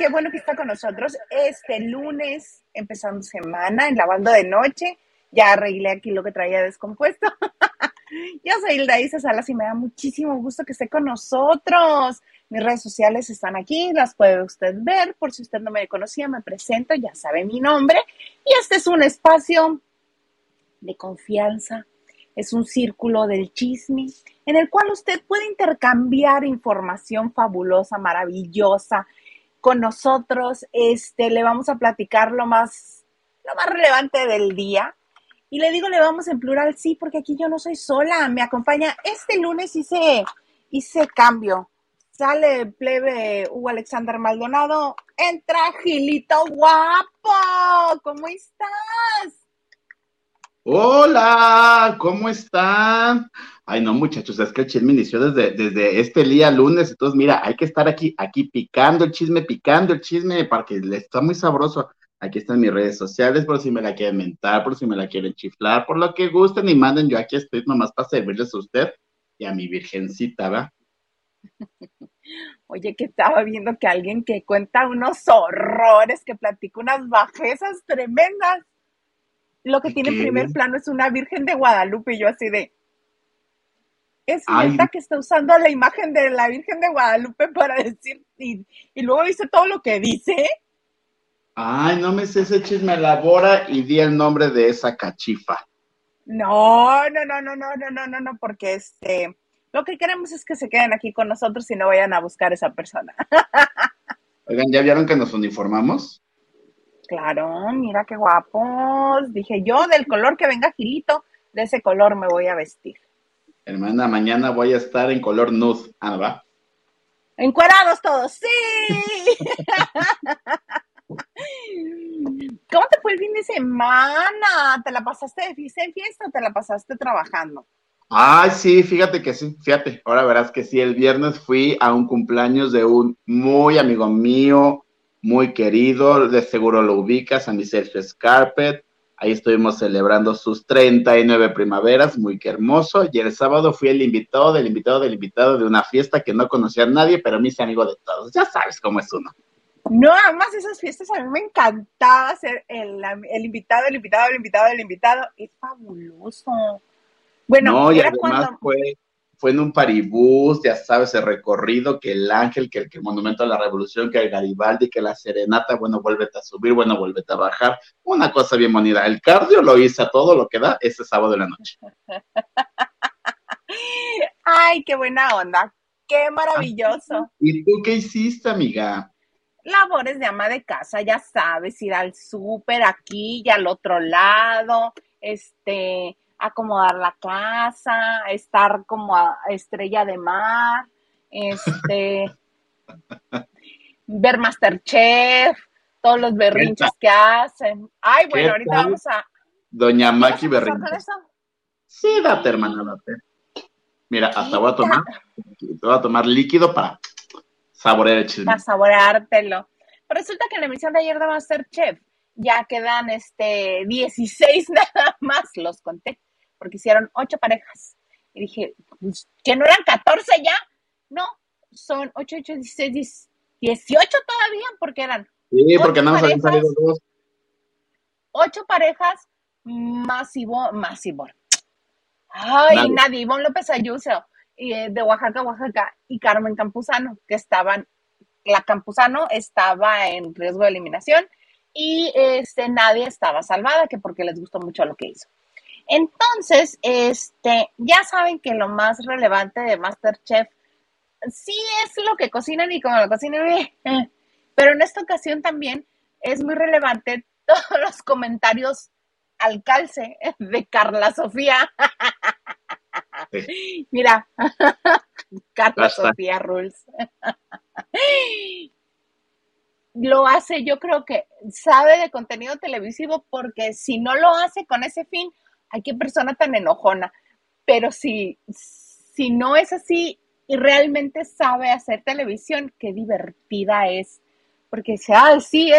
qué bueno que está con nosotros este lunes, empezando semana en Lavando de Noche. Ya arreglé aquí lo que traía descompuesto. Yo soy Hilda Isa Salas y me da muchísimo gusto que esté con nosotros. Mis redes sociales están aquí, las puede usted ver. Por si usted no me conocía, me presento, ya sabe mi nombre. Y este es un espacio de confianza, es un círculo del chisme en el cual usted puede intercambiar información fabulosa, maravillosa con nosotros. Le vamos a platicar lo más relevante del día. Y le digo, le vamos en plural, sí, porque aquí yo no soy sola, me acompaña. Este lunes hice cambio. Sale plebe Hugo Alexander Maldonado, entra Gilito Guapo. ¿Cómo estás? Hola, ¿cómo están? Ay, no, muchachos, es que el chisme inició desde este día lunes, entonces mira, hay que estar aquí picando el chisme, porque le está muy sabroso. Aquí están mis redes sociales, por si me la quieren mentar, por si me la quieren chiflar, por lo que gusten y manden, yo aquí estoy nomás para servirles a usted y a mi virgencita, ¿va? Oye, que estaba viendo que alguien que cuenta unos horrores, que platica unas bajezas tremendas. Lo que ¿De tiene en qué? primer plano es una Virgen de Guadalupe, y yo así de, es Ay, neta que está usando la imagen de la Virgen de Guadalupe para decir, y luego dice todo lo que dice. ay, no me sé ese chisme, elabora y di el nombre de esa cachifa. No, porque lo que queremos es que se queden aquí con nosotros y no vayan a buscar a esa persona. Oigan, ¿ya vieron que nos uniformamos? Claro, mira qué guapos. Dije yo, del color que venga Gilito, de ese color me voy a vestir. Hermana, mañana voy a estar en color nude. Ah, ¿va? Encuerados todos, sí. ¿Cómo te fue el fin de semana? ¿Te la pasaste de fiesta en fiesta o te la pasaste trabajando? Ay, sí, fíjate que sí, fíjate. Ahora verás que sí, el viernes fui a un cumpleaños de un muy amigo mío, muy querido, de seguro lo ubicas, a mi Sergio Scarpet. Ahí estuvimos celebrando sus 39 primaveras, muy que hermoso. Y el sábado fui el invitado de una fiesta que no conocía a nadie, pero me hice amigo de todos. Ya sabes cómo es uno. No, además esas fiestas a mí me encantaba ser el invitado. Es fabuloso. Bueno, No, y era además cuando, fue en un paribús, ya sabes, el recorrido, que el Ángel, que el Monumento a la Revolución, que el Garibaldi, que la Serenata, bueno, vuélvete a subir, bueno, vuélvete a bajar. Una cosa bien bonita. El cardio lo hice a todo lo que da ese sábado de la noche. ay, qué buena onda, qué Ah, maravilloso. ¿y tú qué hiciste, amiga? Labores de ama de casa, ya sabes, ir al súper aquí y al otro lado, acomodar la casa, estar como a estrella de mar, este, ver Masterchef, todos los ¿Qué tal? berrinches que hacen. Ay, bueno, ¿Qué ahorita tal, vamos a... doña ¿Quieres Maki empezar con Berrinche? eso? Sí, date, hermana, Sí. date. Mira, hasta ¿Qué tal? voy a tomar líquido para saborear el Para chisme. saboreártelo. Pero resulta que en la emisión de ayer de Masterchef ya quedan 16 nada más, los conté, porque hicieron 8 parejas. Y dije, pues, ¿que no eran 14 ya? No, son 8, 16, 18 todavía, porque eran Sí, porque 8 nada más habían salido parejas, dos. 8 parejas más Ivonne. Ay, Nadie. nadie, Ivonne López Ayuso, de Oaxaca, Oaxaca, y Carmen Campuzano, que estaban, la Campuzano estaba en riesgo de eliminación y nadie estaba salvada, que porque les gustó mucho lo que hizo. Entonces, ya saben que lo más relevante de MasterChef sí es lo que cocinan y como lo cocinan, pero en esta ocasión también es muy relevante todos los comentarios al calce de Carla Sofía. Sí, Mira, Carla basta. Sofía Rules. Lo hace, yo creo que sabe de contenido televisivo, porque si no lo hace con ese fin, ay, qué persona tan enojona. Pero si no es así y realmente sabe hacer televisión, qué divertida es. Porque dice, ay, sí,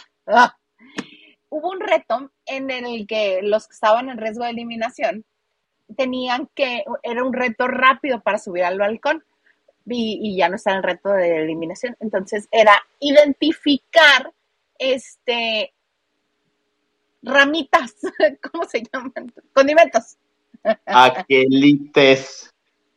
Hubo un reto en el que los que estaban en riesgo de eliminación era un reto rápido para subir al balcón. y ya no está en el reto de eliminación. Entonces era identificar ramitas, ¿cómo se llaman? Condimentos. Aquelites.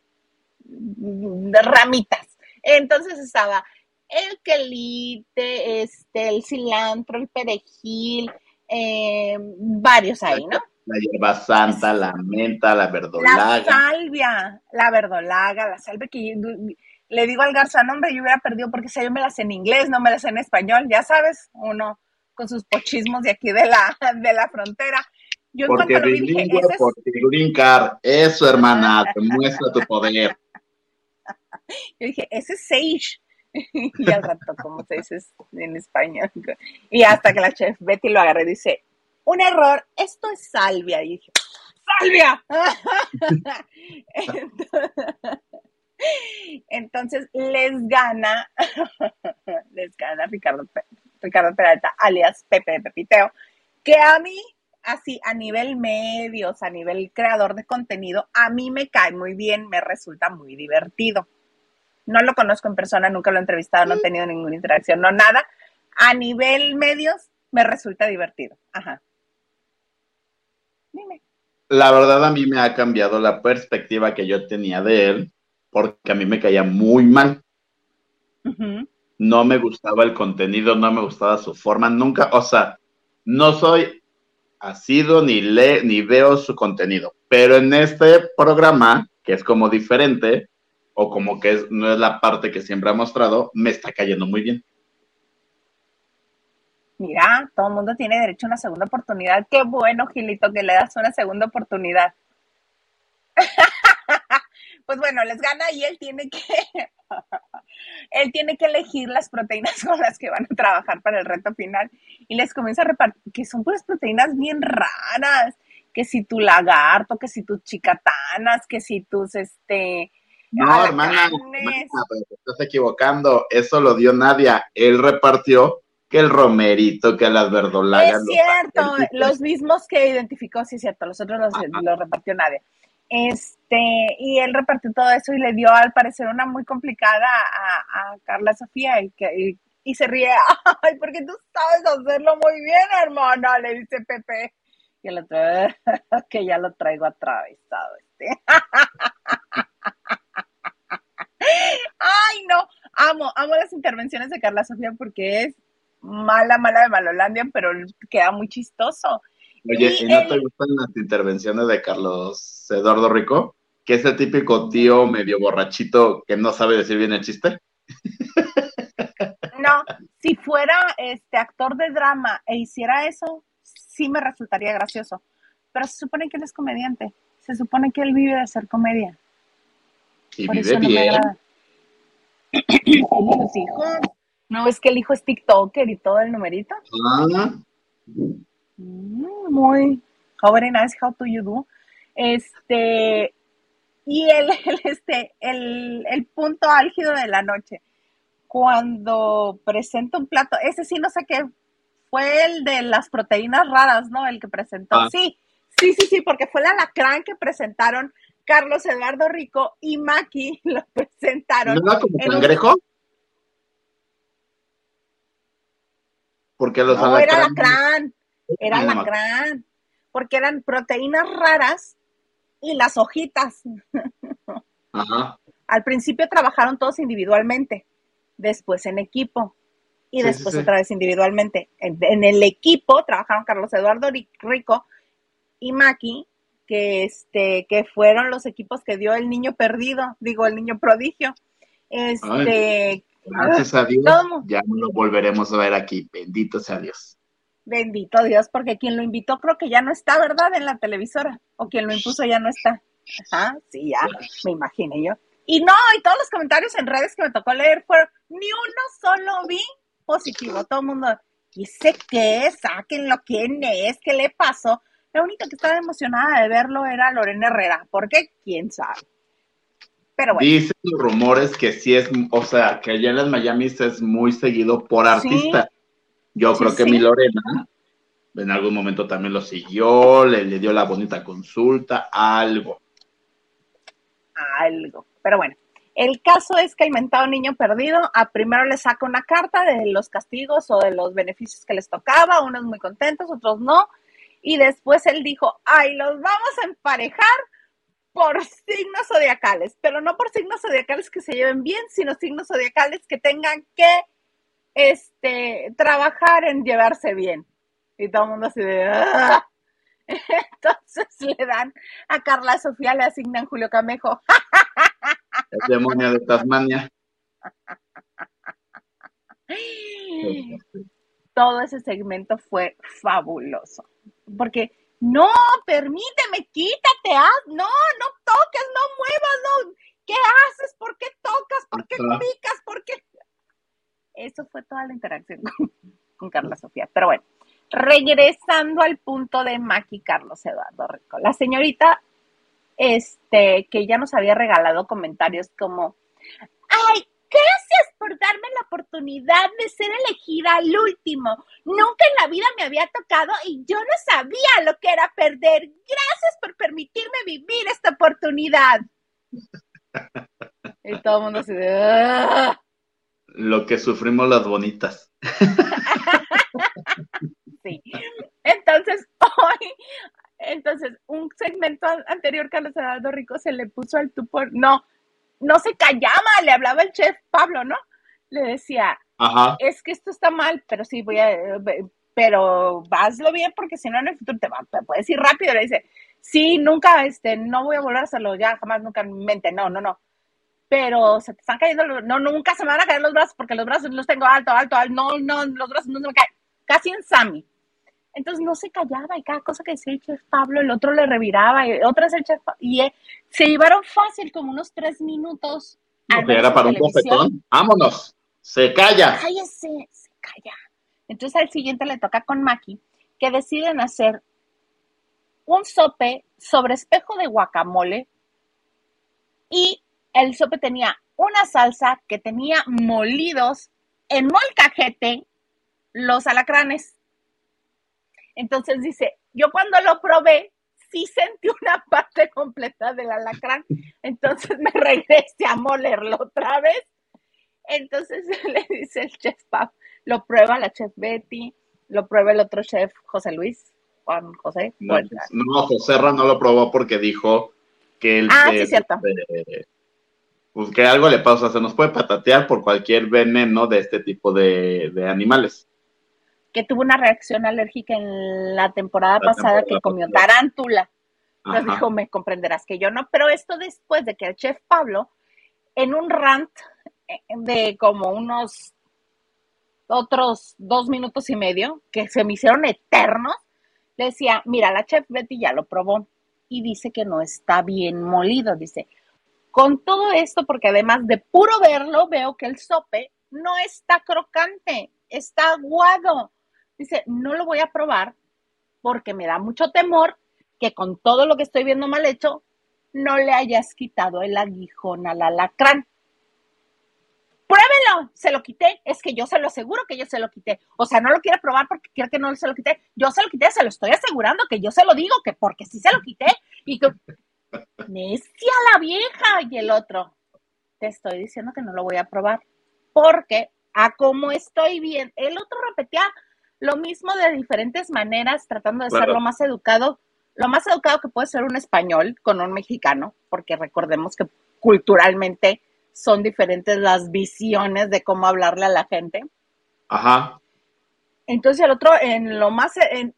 De ramitas. Entonces estaba el quelite, el cilantro, el perejil, varios ahí, ¿no? La hierba santa, la menta, la verdolaga. La verdolaga, la salvia que le digo al Garzón, hombre, yo hubiera perdido porque si yo me las sé en inglés, no me las sé en español, ya sabes, uno con sus pochismos de aquí de la frontera. Yo en Porque cuanto lo vi dije, bilingüe, por brincar. Eso, hermana, te muestra tu poder. Yo dije, ese es sage. Y al rato, como se dice en español. Y hasta que la chef Betty lo agarré y dice, un error, esto es salvia. Y dije, ¡salvia! Entonces les gana Ricardo Peralta, alias Pepe de Pepiteo, que a mí, así a nivel medios, a nivel creador de contenido, a mí me cae muy bien, me resulta muy divertido. No lo conozco en persona, nunca lo he entrevistado, no he tenido ninguna interacción, no nada. A nivel medios, me resulta divertido. Ajá. Dime. La verdad, a mí me ha cambiado la perspectiva que yo tenía de él, porque a mí me caía muy mal. Uh-huh. No me gustaba el contenido, no me gustaba su forma, nunca, o sea, no soy asiduo ni veo su contenido, pero en este programa, que es como diferente, o como que no es la parte que siempre ha mostrado, me está cayendo muy bien. Mira, todo el mundo tiene derecho a una segunda oportunidad. Qué bueno, Gilito, que le das una segunda oportunidad. Pues bueno, les gana y él tiene que elegir las proteínas con las que van a trabajar para el reto final y les comienza a repartir, que son puras proteínas bien raras, que si tu lagarto, que si tus chicatanas, que si tus No, hermana, pero te estás equivocando. Eso lo dio Nadia. Él repartió que el romerito, que las verdolagas. Es cierto, los mismos que identificó, sí es cierto, los otros los repartió nadie. Y él repartió todo eso y le dio al parecer una muy complicada a Carla Sofía y se ríe, ay, porque tú sabes hacerlo muy bien, hermana, le dice Pepe. Y el otro, que ya lo traigo atravesado. Ay, no, amo las intervenciones de Carla Sofía porque es mala de Malolandia, pero queda muy chistoso. Oye, ¿y no te gustan las intervenciones de Carlos Eduardo Rico? Que es el típico tío medio borrachito que no sabe decir bien el chiste. No, si fuera actor de drama e hiciera eso, sí me resultaría gracioso. Pero se supone que él es comediante. Se supone que él vive de hacer comedia. Y Por vive eso no me bien. agrada. ¿Y los hijos? ¿No ves que el hijo es TikToker y todo el numerito? Ah, Muy very nice, how do you do? Y el punto álgido de la noche, cuando presenta un plato, ese sí no sé qué, fue el de las proteínas raras, ¿no? El que presentó. Sí, porque fue el alacrán que presentaron Carlos Eduardo Rico y Maki lo presentaron. ¿no era como cangrejo? Porque los no, era no, alacrán, porque eran proteínas raras y las hojitas. Ajá. Al principio trabajaron todos individualmente, después en equipo y Sí, después sí, sí. otra vez individualmente. En el equipo trabajaron Carlos Eduardo Rico y Maki, que fueron los equipos que dio el niño perdido, digo, el niño prodigio. Gracias a Dios, todo, ya no lo volveremos a ver aquí. Bendito sea Dios. bendito Dios, porque quien lo invitó creo que ya no está, ¿verdad? En la televisora. O quien lo impuso ya no está. Ajá, sí, ya, me imaginé yo. Y no, y todos los comentarios en redes que me tocó leer fueron, ni uno solo vi positivo. Todo el mundo, ¿y sé qué? Sáquenlo, ¿quién es? ¿Qué le pasó? La única que estaba emocionada de verlo era Lorena Herrera. ¿Por qué? ¿Quién sabe? Pero bueno. Dicen los rumores que sí es, o sea, que allá en las Miamis es muy seguido por artista. Sí, Yo creo que mi sí. Lorena en algún momento también lo siguió, le dio la bonita consulta, algo. Algo. Pero bueno, El caso es que el mentado niño perdido a primero le saca una carta de los castigos o de los beneficios que les tocaba, unos muy contentos, otros no, y después él dijo, ay, los vamos a emparejar por signos zodiacales, pero no por signos zodiacales que se lleven bien, sino signos zodiacales que tengan que trabajar en llevarse bien. Y todo el mundo así de... ¡ah! Entonces le dan a Carla Sofía, le asignan Julio Camejo. El demonio de Tasmania. Todo ese segmento fue fabuloso. Porque, no, permíteme, quítate, no toques, no muevas, no. ¿Qué haces? ¿Por qué tocas? ¿Por qué picas? ¿Por qué? Eso fue toda la interacción con Carla Sofía. Pero bueno, regresando al punto de Maki Carlos Eduardo Rico. La señorita, que ya nos había regalado comentarios como, ay, gracias por darme la oportunidad de ser elegida al último. Nunca en la vida me había tocado y yo no sabía lo que era perder. Gracias por permitirme vivir esta oportunidad. Y todo el mundo se dice, ¡ah! Lo que sufrimos las bonitas. Sí. Entonces, un segmento anterior, Carlos Eduardo Rico se le puso al tú por... No se callaba, le hablaba el chef Pablo, ¿no? Le decía, ajá, es que esto está mal, pero sí pero hazlo bien porque si no en el futuro te puedes ir rápido. Le dice, sí, nunca, no voy a volver a hacerlo ya, jamás, nunca en mi mente, no. Pero se te están cayendo, nunca se me van a caer los brazos porque los brazos los tengo alto, no, los brazos no se me caen. Casi en Sammy. Entonces no se callaba y cada cosa que decía el chef Pablo, el otro le reviraba y otra es el chef Pablo, y se llevaron fácil como unos 3 minutos. No, que era para un bofetón. Vámonos, se calla. Cállese, se calla. Entonces al siguiente le toca con Maki, que deciden hacer un sope sobre espejo de guacamole y el sope tenía una salsa que tenía molidos en molcajete los alacranes. Entonces dice, yo cuando lo probé, sí sentí una parte completa del alacrán, entonces me regresé a molerlo otra vez. Entonces le dice el chef Pab, lo prueba la chef Betty, lo prueba el otro chef José Luis, Juan José. No, José Ra no lo probó porque dijo que el sí, cierto. Pues que algo le pasa, se nos puede patatear por cualquier veneno de este tipo de animales. Que tuvo una reacción alérgica en la temporada pasada que comió tarántula. Entonces dijo, me comprenderás que yo no, pero esto después de que el chef Pablo, en un rant de como unos otros 2 minutos y medio, que se me hicieron eternos, le decía, mira, la chef Betty ya lo probó y dice que no está bien molido, dice, con todo esto, porque además de puro verlo, veo que el sope no está crocante, está aguado. Dice, no lo voy a probar porque me da mucho temor que con todo lo que estoy viendo mal hecho, no le hayas quitado el aguijón al alacrán. Pruébelo, se lo quité, es que yo se lo aseguro que yo se lo quité. O sea, no lo quiere probar porque quiere que no se lo quité. Yo se lo quité, se lo estoy asegurando que yo se lo digo, que porque sí se lo quité. Y que, necia la vieja. Y el otro, te estoy diciendo que no lo voy a probar porque a como estoy bien. El otro repetía lo mismo de diferentes maneras, tratando de ser lo más educado que puede ser un español con un mexicano, porque recordemos que culturalmente son diferentes las visiones de cómo hablarle a la gente. Ajá. Entonces el otro en lo más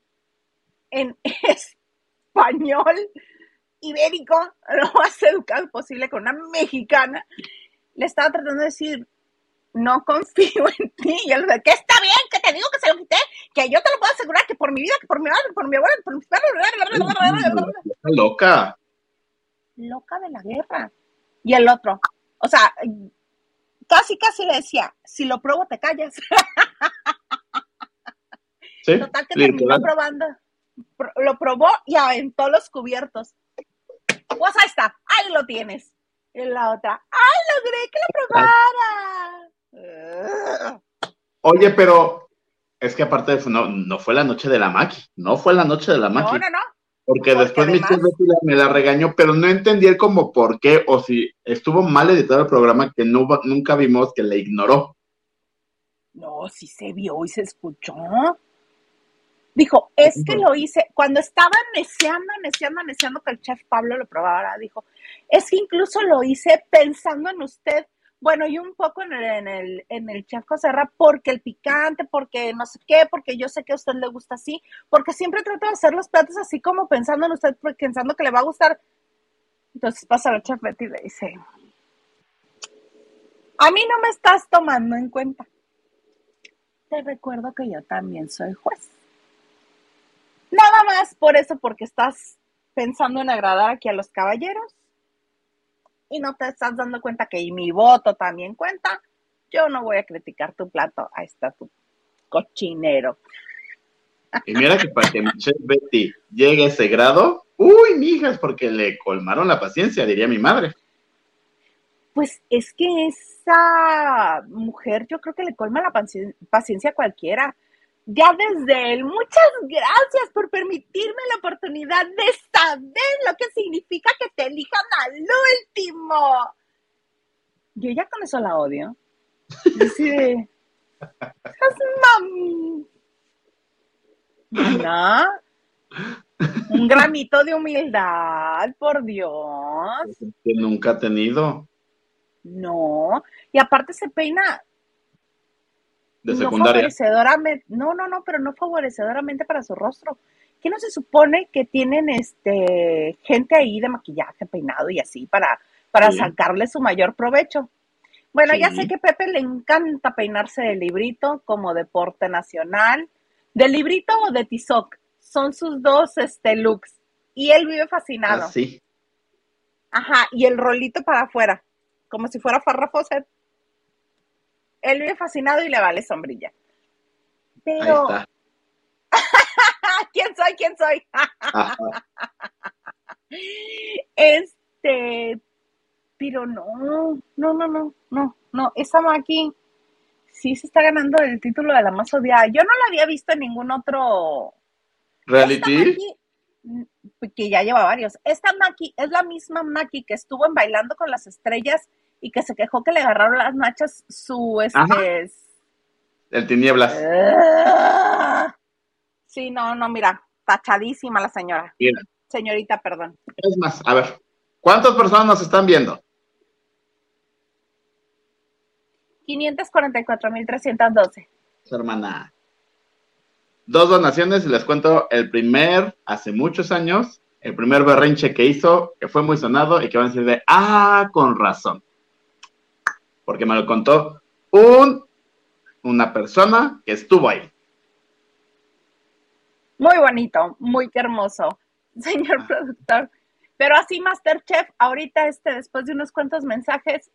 en español ibérico, lo más educado posible con una mexicana, le estaba tratando de decir, no confío en ti. Y él dice, que está bien, que te digo que se lo quité, que yo te lo puedo asegurar, que por mi vida, que por mi madre, por mi abuela, por mi perro. Está loca. Loca de la guerra. Y el otro, o sea, casi le decía, si lo pruebo te callas. ¿Sí? Total que terminó probando. Lo probó y aventó los cubiertos. Pues ahí está, ahí lo tienes. Y la otra, ¡ay, logré que lo probara! Oye, pero es que aparte de eso, no fue la noche de la Maki. No fue la noche de la Maki. No. Porque Porque después además, Michelle Betty me la regañó, pero no entendí el como por qué, o si estuvo mal editado el programa que nunca vimos que le ignoró. no, sí se vio y se escuchó. Dijo, es que lo hice, cuando estaba neciando que el chef Pablo lo probara, dijo, es que incluso lo hice pensando en usted, bueno, y un poco en el chef Joserra, porque el picante, porque no sé qué, porque yo sé que a usted le gusta así, porque siempre trato de hacer los platos así como pensando en usted, pensando que le va a gustar. Entonces pasa el chef Betty y le dice, a mí no me estás tomando en cuenta. Te recuerdo que yo también soy juez. Nada más por eso, porque estás pensando en agradar aquí a los caballeros y no te estás dando cuenta que mi voto también cuenta. Yo no voy a criticar tu plato, ahí está tu cochinero. Y mira que para que Michelle Betty llegue a ese grado, uy, mija, es porque le colmaron la paciencia, diría mi madre. Pues es que esa mujer yo creo que le colma la paciencia a cualquiera. Ya desde él, muchas gracias por permitirme la oportunidad de saber lo que significa que te elijan al último. Yo ya con eso la odio. Dice, mana, un gramito de humildad, por Dios. Que nunca ha tenido. No, y aparte se peina De no secundaria. favorecedoramente, pero no favorecedoramente para su rostro. ¿Qué no se supone que tienen gente ahí de maquillaje, peinado y así para Sí. sacarle su mayor provecho? Bueno, Sí. ya sé que a Pepe le encanta peinarse de librito como deporte nacional. ¿De librito o de tizoc? Son sus dos looks. Y él vive fascinado. Ah, sí. Ajá, y el rolito para afuera, como si fuera Farrah Fawcett. Él vive fascinado y le vale sombrilla. Pero, ahí está. ¿Quién soy? Ajá. Pero no, esa Maki sí se está ganando el título de la más odiada. Yo no la había visto en ningún otro ¿Reality? Esta Maki, que ya lleva varios. Esta Maki es la misma Maki que estuvo en Bailando con las Estrellas y que se quejó que le agarraron las nachas su El Tinieblas. Sí, no, mira, tachadísima la señora. Mira. Señorita, perdón. Es más, a ver, ¿cuántas personas nos están viendo? 544,312. Hermana. 2 donaciones y les cuento hace muchos años, el primer berrinche que hizo, que fue muy sonado y que van a decir con razón. Porque me lo contó una persona que estuvo ahí. Muy bonito, muy hermoso, señor productor. Pero así, Masterchef, ahorita después de unos cuantos mensajes,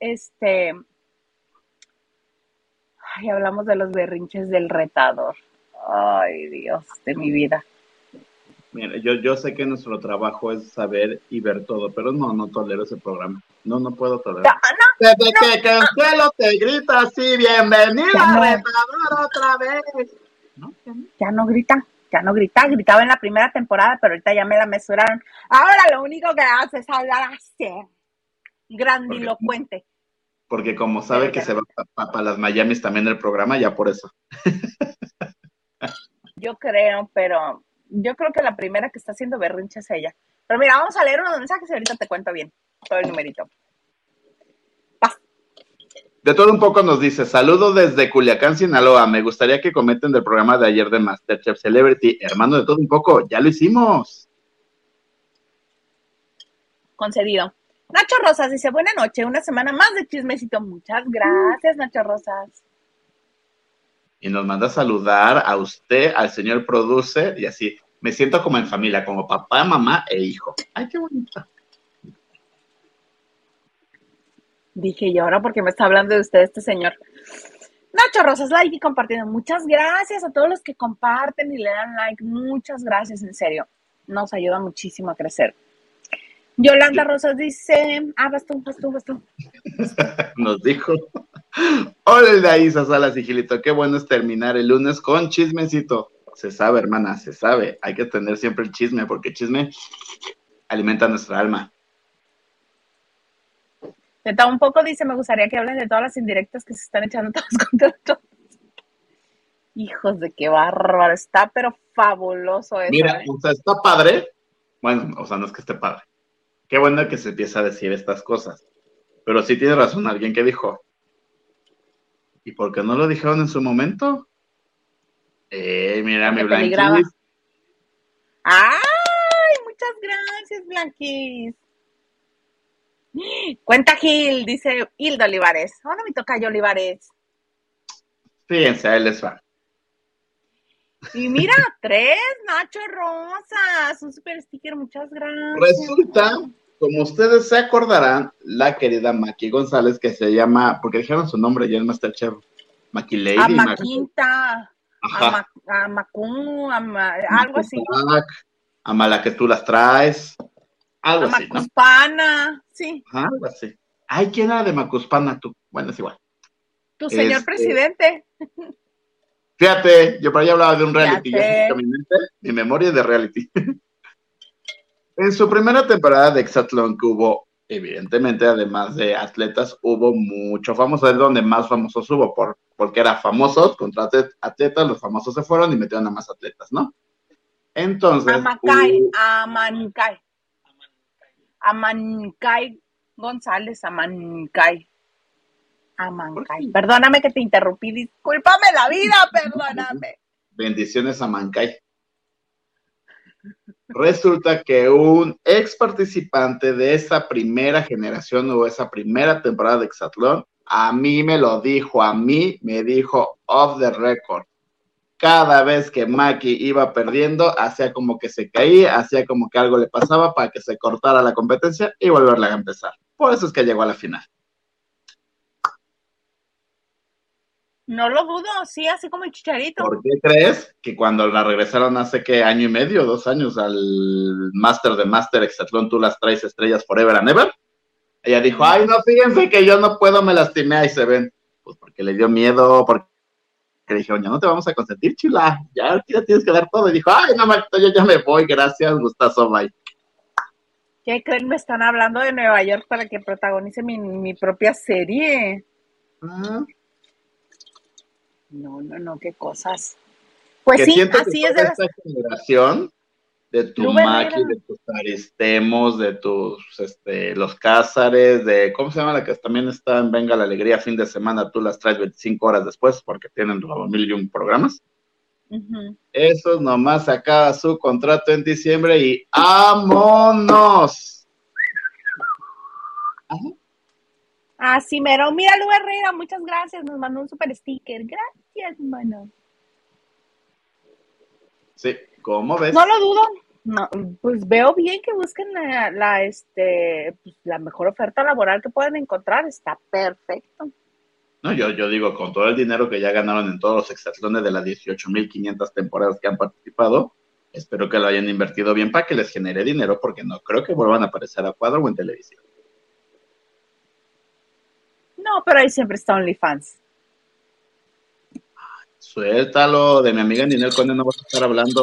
hablamos de los berrinches del retador. Ay, Dios de mi vida. Mira, yo sé que nuestro trabajo es saber y ver todo, pero no tolero ese programa. No puedo tolerar. Desde que Cancelo te grita así, bienvenida retador otra vez. Ya no grita. Gritaba en la primera temporada, pero ahorita ya me la mesuraron. Ahora lo único que hace es hablar así, grandilocuente. Porque como sabe que se va para las Miamis también el programa, ya por eso. Yo creo que la primera que está haciendo berrinche es ella. Pero mira, vamos a leer unos mensajes y ahorita te cuento bien todo el numerito. De todo un poco nos dice, saludo desde Culiacán, Sinaloa, me gustaría que comenten del programa de ayer de Masterchef Celebrity, hermano, de todo un poco, ya lo hicimos. Concedido. Nacho Rosas dice, buena noche, una semana más de chismecito, muchas gracias, Nacho Rosas. Y nos manda a saludar a usted, al señor producer, y así, me siento como en familia, como papá, mamá e hijo. Ay, qué bonito. Dije, ¿y ahora por qué me está hablando de usted este señor? Nacho Rosas, like y compartiendo. Muchas gracias a todos los que comparten y le dan like. Muchas gracias, en serio. Nos ayuda muchísimo a crecer. Yolanda Rosas dice, vas tú. Nos dijo, hola Isa Salas y Gilito, qué bueno es terminar el lunes con chismecito. Se sabe, hermana, se sabe. Hay que tener siempre el chisme, porque el chisme alimenta nuestra alma. De todo un poco dice, me gustaría que hablen de todas las indirectas que se están echando todos contra todos. Hijos de qué bárbaro, está pero fabuloso eso. Mira, o sea, está padre. Bueno, o sea, no es que esté padre. Qué bueno que se empieza a decir estas cosas. Pero sí tiene razón alguien que dijo, ¿y por qué no lo dijeron en su momento? Mira, mi Blanquis. ¡Ay! Muchas gracias, Blanquis. Cuenta Gil, dice Hilda Olivares. Ahora me toca yo, Olivares. Fíjense, a él les va. Y mira, 3 Nacho Rosas, un super sticker, muchas gracias. Resulta, como ustedes se acordarán, la querida Maki González, que se llama, porque dijeron su nombre ya en Masterchef, Maki Lady. Amaquinta, Amacún, algo así. A Mala que tú las traes, algo así, ¿no? Macuspana, sí. Ajá, algo así. Ay, ¿quién era de Macuspana tú? Bueno, es igual. Tu señor presidente. Fíjate, yo por ahí hablaba de un reality, mi memoria es de reality. En su primera temporada de Exatlón, que hubo, evidentemente, además de atletas, hubo mucho famoso, es donde más famosos hubo, porque eran famosos contra atletas, los famosos se fueron y metieron a más atletas, ¿no? Entonces... Amancay González, Amancay. Perdóname que te interrumpí, discúlpame la vida, perdóname. Bendiciones a Mancay. Resulta que un ex participante de esa primera generación o esa primera temporada de Exatlón, a mí me dijo off the record. Cada vez que Maki iba perdiendo, hacía como que se caía, hacía como que algo le pasaba para que se cortara la competencia y volverla a empezar. Por eso es que llegó a la final. No lo dudo, sí, así como el Chicharito. ¿Por qué crees que cuando la regresaron hace que 1.5 años, 2 años al Master de Master Exatlón, tú las traes estrellas forever and ever? Ella dijo, ay, no, fíjense que yo no puedo, me lastimé, ahí se ven. Pues porque le dio miedo, porque le dijeron, ya no te vamos a consentir, chula, ya tienes que dar todo. Y dijo, ay, no, Marito, yo ya me voy, gracias, gustazo, bye. ¿Qué creen? Me están hablando de Nueva York para que protagonice mi propia serie. No, qué cosas. Pues sí, así es de esta generación de tu Maki, de tus Aristemos, de tus los Cázares, de ¿cómo se llama la que también está en Venga la Alegría fin de semana? Tú las traes 25 horas después porque tienen los 1,001 programas. Esos nomás acaba su contrato en diciembre y ¡vámonos! Así mero. Mira, Lu Herrera, muchas gracias. Nos mandó un super sticker. Gracias, mano. Sí, ¿cómo ves? No lo dudo. No, pues veo bien que busquen la mejor oferta laboral que puedan encontrar. Está perfecto. No, yo digo, con todo el dinero que ya ganaron en todos los exatlones de las 18,500 temporadas que han participado, espero que lo hayan invertido bien para que les genere dinero, porque no creo que vuelvan a aparecer a cuadro o en televisión. No, pero ahí siempre está OnlyFans. Suéltalo, de mi amiga Ninel Conde no vas a estar hablando.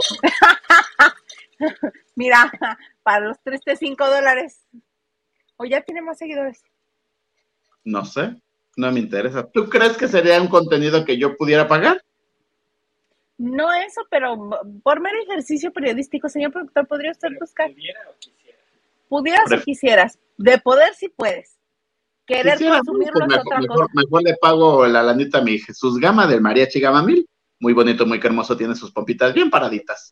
Mira, para los $5. ¿O ya tiene más seguidores? No sé, no me interesa. ¿Tú crees que sería un contenido que yo pudiera pagar? No eso, pero por mero ejercicio periodístico, señor productor, ¿podría usted buscar? Pudieras o quisieras. De poder sí puedes. Querer consumirlo es otra cosa. Mejor le pago la lanita a mi Jesús Gama del Mariachi Gama 1000. Muy bonito, muy hermoso, tiene sus pompitas bien paraditas.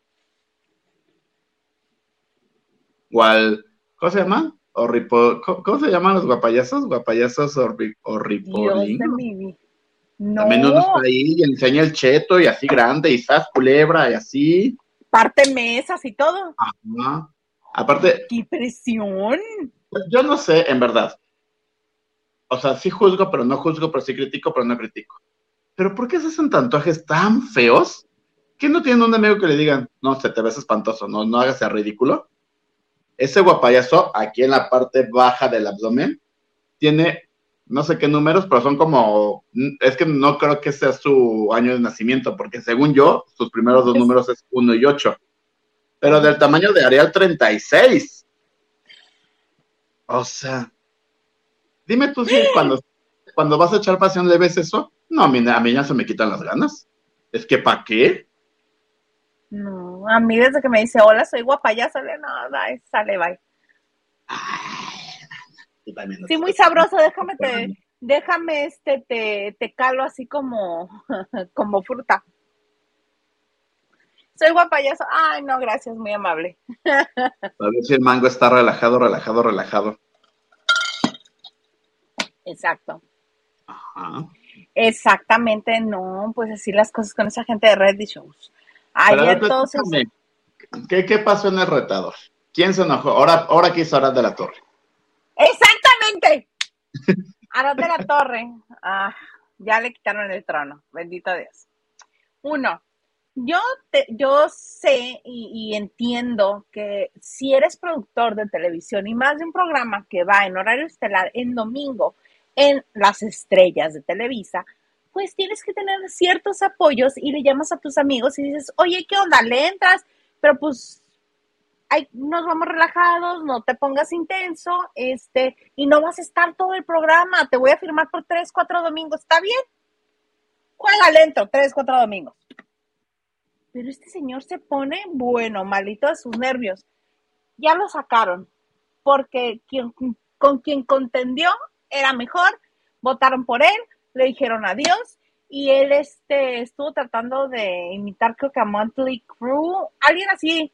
¿Cuál? ¿Cómo se llama? ¿Cómo se llaman los guapayazos? Guapayazos horripolinos. No. También uno está ahí y enseña el cheto y así grande y sas culebra y así. Parte mesas y todo. Ajá. Aparte. ¡Qué presión! Yo no sé, en verdad. O sea, sí juzgo, pero no juzgo, pero sí critico, pero no critico. ¿Pero por qué se hacen tatuajes tan feos que no tienen un amigo que le digan, no, se te ves espantoso, no hagas el ridículo? Ese guapayazo, aquí en la parte baja del abdomen, tiene no sé qué números, pero son como, es que no creo que sea su año de nacimiento, porque según yo, sus primeros dos Es- números es 1 y 8, pero Ajá. del tamaño de Arial 36. O sea, dime tú si cuando vas a echar pasión le ves eso. No, a mí ya se me quitan las ganas. Es que ¿para qué? No, a mí desde que me dice, hola, soy guapa, ya sale, no, bye, sale, bye. Ay, tú también no te Sí, muy estás sabroso, comparando. déjame te calo así como, como fruta. Soy guapa, ya soy, ay, no, gracias, muy amable. A ver si el mango está relajado, relajado, relajado. Exacto. Ajá. Exactamente, no, pues así las cosas con esa gente de Reddit Shows. Pero a ver, Ayer todos platícame, ¿qué pasó en el retador? ¿Quién se enojó? Ahora quiso Arad de la Torre. exactamente, Arad de la Torre, ya le quitaron el trono, bendito Dios. Uno, yo sé y entiendo que si eres productor de televisión y más de un programa que va en horario estelar en domingo en las estrellas de Televisa, pues tienes que tener ciertos apoyos y le llamas a tus amigos y dices, oye, ¿qué onda? ¿Le entras? Pero pues nos vamos relajados, no te pongas intenso, y no vas a estar todo el programa, te voy a firmar por 3, 4 domingos, ¿está bien? Juega lento, 3, 4 domingos. Pero este señor se pone, bueno, malito de sus nervios. Ya lo sacaron, porque con quien contendió era mejor, votaron por él, le dijeron adiós, y él estuvo tratando de imitar, creo que a Motley Crue, alguien así,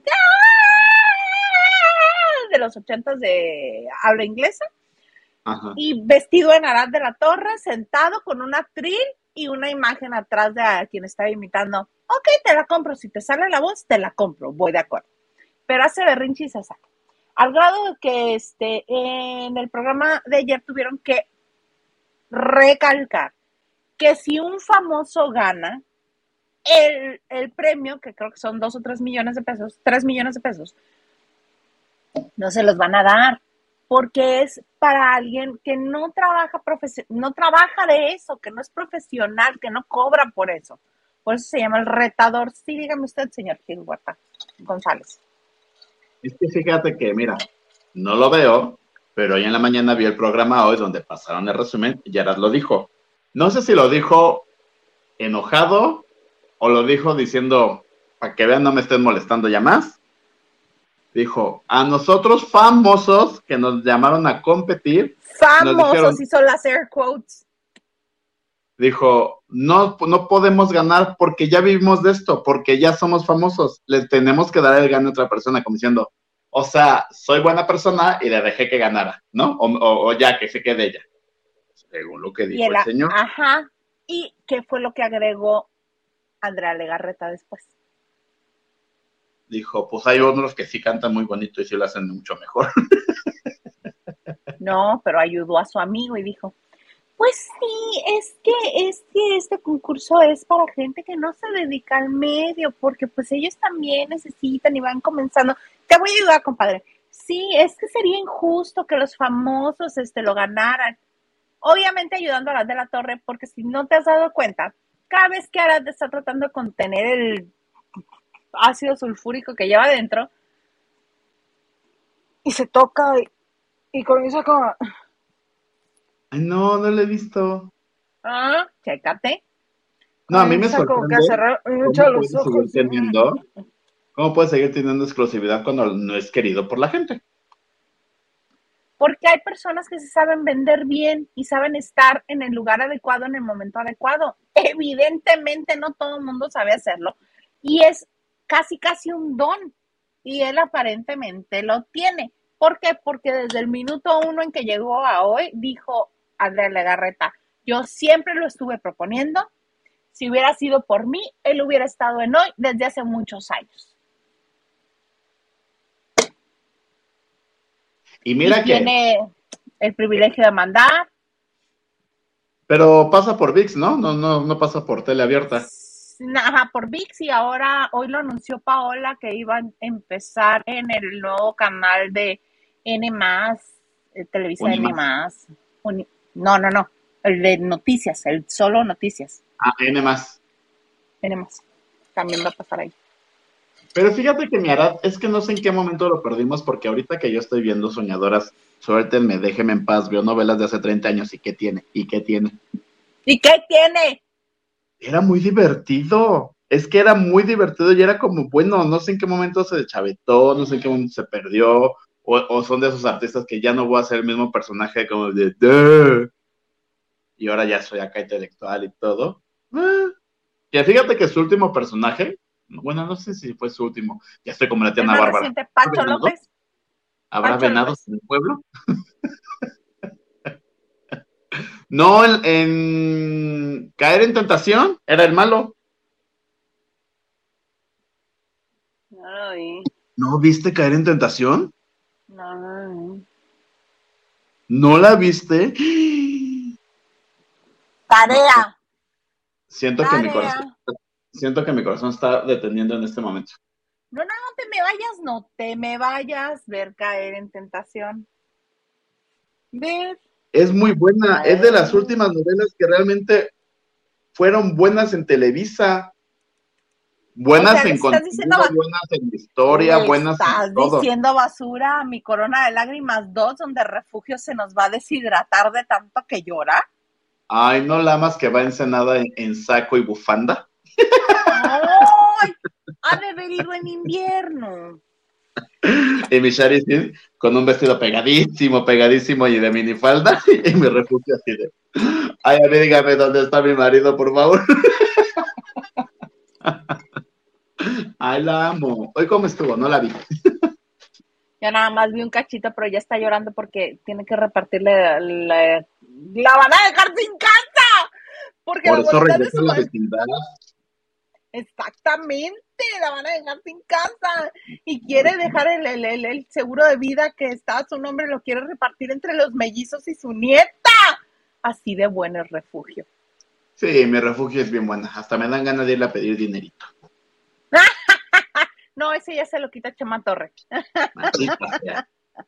de los 80 de habla inglesa, Ajá. y vestido en Arad de la Torre, sentado con un atril y una imagen atrás de a quien estaba imitando. Ok, te la compro, si te sale la voz, te la compro, voy de acuerdo. Pero hace berrinche y se saca. Al grado de que en el programa de ayer tuvieron que recalcar que si un famoso gana el premio, que creo que son 2 o 3 millones de pesos, 3 millones de pesos, no se los van a dar, porque es para alguien que no trabaja de eso, que no es profesional, que no cobra por eso. Por eso se llama el retador. Sí, dígame usted, señor Gil Huerta González. Es que fíjate que, mira, no lo veo, pero hoy en la mañana vi el programa hoy donde pasaron el resumen y Arad lo dijo. No sé si lo dijo enojado o lo dijo diciendo, para que vean, no me estén molestando ya más. Dijo, a nosotros famosos que nos llamaron a competir, nos Famosos, dijeron, hizo las air quotes. dijo, no podemos ganar porque ya vivimos de esto, porque ya somos famosos, le tenemos que dar el gane a otra persona, como diciendo, o sea, soy buena persona y le dejé que ganara, ¿no? O ya que se quede ella, según lo que Y dijo el señor. ajá. ¿Y qué fue lo que agregó Andrea Legarreta después? Dijo, pues hay otros que sí cantan muy bonito y sí lo hacen mucho mejor. No, pero ayudó a su amigo y dijo, pues sí, es que este concurso es para gente que no se dedica al medio, porque pues ellos también necesitan y van comenzando. Te voy a ayudar, compadre. Sí, es que sería injusto que los famosos lo ganaran. Obviamente ayudando a Arad de la Torre, porque si no te has dado cuenta, cada vez que Arad está tratando de contener el ácido sulfúrico que lleva adentro, y se toca y comienza como, Ay, no, no lo he visto. chécate, No, a mí me comienza como que a sorprende cerrar mucho cómo los puede seguir ojos. teniendo, exclusividad cuando no es querido por la gente. Porque hay personas que se saben vender bien y saben estar en el lugar adecuado en el momento adecuado. Evidentemente no todo el mundo sabe hacerlo y es casi un don y él aparentemente lo tiene. ¿Por qué? Porque desde el minuto 1 en que llegó a hoy dijo Andrea Legarreta, yo siempre lo estuve proponiendo, si hubiera sido por mí, él hubiera estado en hoy desde hace muchos años. Y Y mira que, tiene el privilegio de mandar. pero pasa por VIX, ¿no? No pasa por tele abierta. Ajá, por VIX, y ahora hoy lo anunció Paola que iba a empezar en el nuevo canal de N+, Televisa Une N+. más. No, no, no. El de noticias, el solo noticias. Ah, N más. Tenemos. También va a pasar ahí. Pero fíjate que mi Arad, es que no sé en qué momento lo perdimos, porque ahorita que yo estoy viendo Soñadoras, suéltenme, déjenme en paz, veo novelas de hace 30 años y qué tiene, y qué tiene. ¿Y qué tiene? Era muy divertido, es que era muy divertido y era como, bueno, no sé en qué momento se deschavetó, no sé en qué momento se perdió, o son de esos artistas que ya no voy a ser el mismo personaje como de "Duh", y ahora ya soy acá intelectual y todo. Que fíjate que su último personaje, bueno, no sé si fue su último, ya estoy como la El Tiana más Bárbara. reciente, Pacho López. ¿Habrá Pacho venados López. en el pueblo? No, en Caer en Tentación era el malo. No lo vi. ¿No viste Caer en Tentación? No, no, no. ¿No la viste? No, Tarea. siento que mi Tarea. corazón, siento que mi corazón está deteniendo en este momento. No, no, no te me vayas, no te me vayas. Ver caer en tentación. Ver Es muy buena, es de las caer. últimas novelas que realmente fueron buenas en Televisa, O sea, buenas en les estás diciendo, contenido, buenas en historia, le buenas en estás todo. diciendo basura a mi Corona de Lágrimas 2, donde Refugio se nos va a deshidratar de tanto que llora. Ay, ¿no la amas que va encenada en saco y bufanda? ¡Ay! Ha de haber ido en invierno. Y mi Shari con un vestido pegadísimo, pegadísimo y de minifalda, y mi refugio así de, ay, a mí dígame dónde está mi marido, por favor. Ay, la amo. Hoy cómo estuvo, no la vi. Yo nada más vi un cachito, pero ya está llorando porque tiene que repartirle la van a dejar sin casa. Porque Por la eso voluntad de regresó su a la madre. vecindad. Exactamente, la van a dejar sin casa. Y quiere dejar el seguro de vida que está a su nombre, lo quiere repartir entre los mellizos y su nieta. Así de bueno es Refugio. Sí, mi refugio es bien buena. Hasta me dan ganas de irle a pedir dinerito. No, ese ya se lo quita Chema Torre. Maldita sea.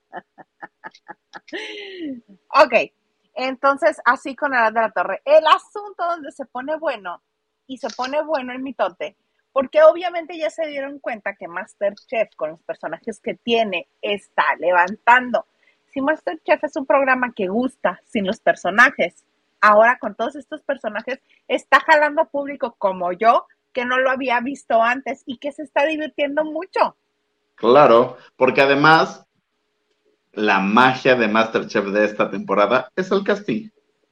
Ok, entonces así con Arad de la Torre. El asunto donde se pone bueno, y se pone bueno el mitote, porque obviamente ya se dieron cuenta que MasterChef, con los personajes que tiene, está levantando. Si MasterChef es un programa que gusta sin los personajes, ahora con todos estos personajes está jalando público como yo, que no lo había visto antes y que se está divirtiendo mucho. Claro, porque además la magia de MasterChef de esta temporada es el casting.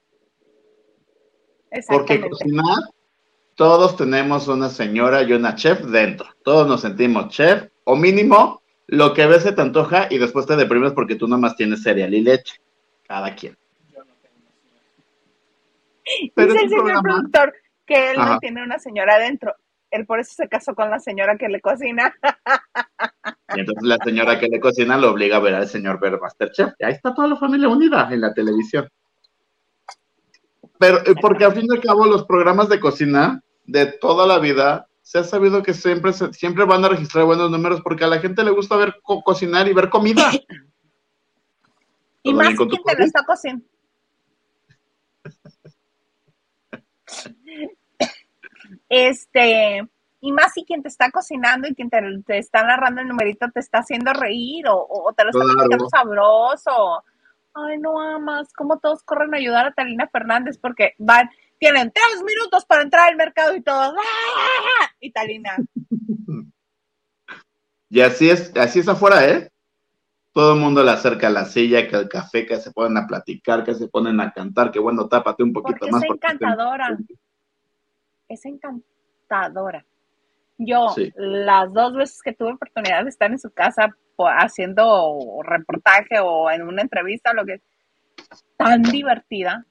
Porque Exactamente. cocinar, todos tenemos una señora y una chef dentro. Todos nos sentimos chef, o mínimo, lo que ves se te antoja y después te deprimes porque tú nomás tienes cereal y leche. Cada quien. Pero Dice es el un señor programa. productor que él no Ajá. tiene una señora adentro. Él por eso se casó con la señora que le cocina. Y entonces la señora que le cocina lo obliga a ver al señor ver MasterChef. Y ahí está toda la familia unida en la televisión. Pero porque al fin y al cabo los programas de cocina de toda la vida se ha sabido que siempre van a registrar buenos números porque a la gente le gusta ver cocinar y ver comida. Y ¿Todo bien más si con tu quien te lo padre? está cocinando. Y más si quien te está cocinando y quien te está narrando el numerito te está haciendo reír o te lo está platicando Claro. sabroso. Ay, no amas, cómo todos corren a ayudar a Talina Fernández porque tienen 3 minutos para entrar al mercado y todos. ¡Ah! Y Talina. Y así es afuera, ¿eh? Todo el mundo le acerca la silla, que el café, que se ponen a platicar, que se ponen a cantar, que bueno, tápate un poquito Porque más porque es encantadora. Yo, sí. las 2 veces que tuve oportunidad de estar en su casa haciendo reportaje o en una entrevista, lo que tan divertida,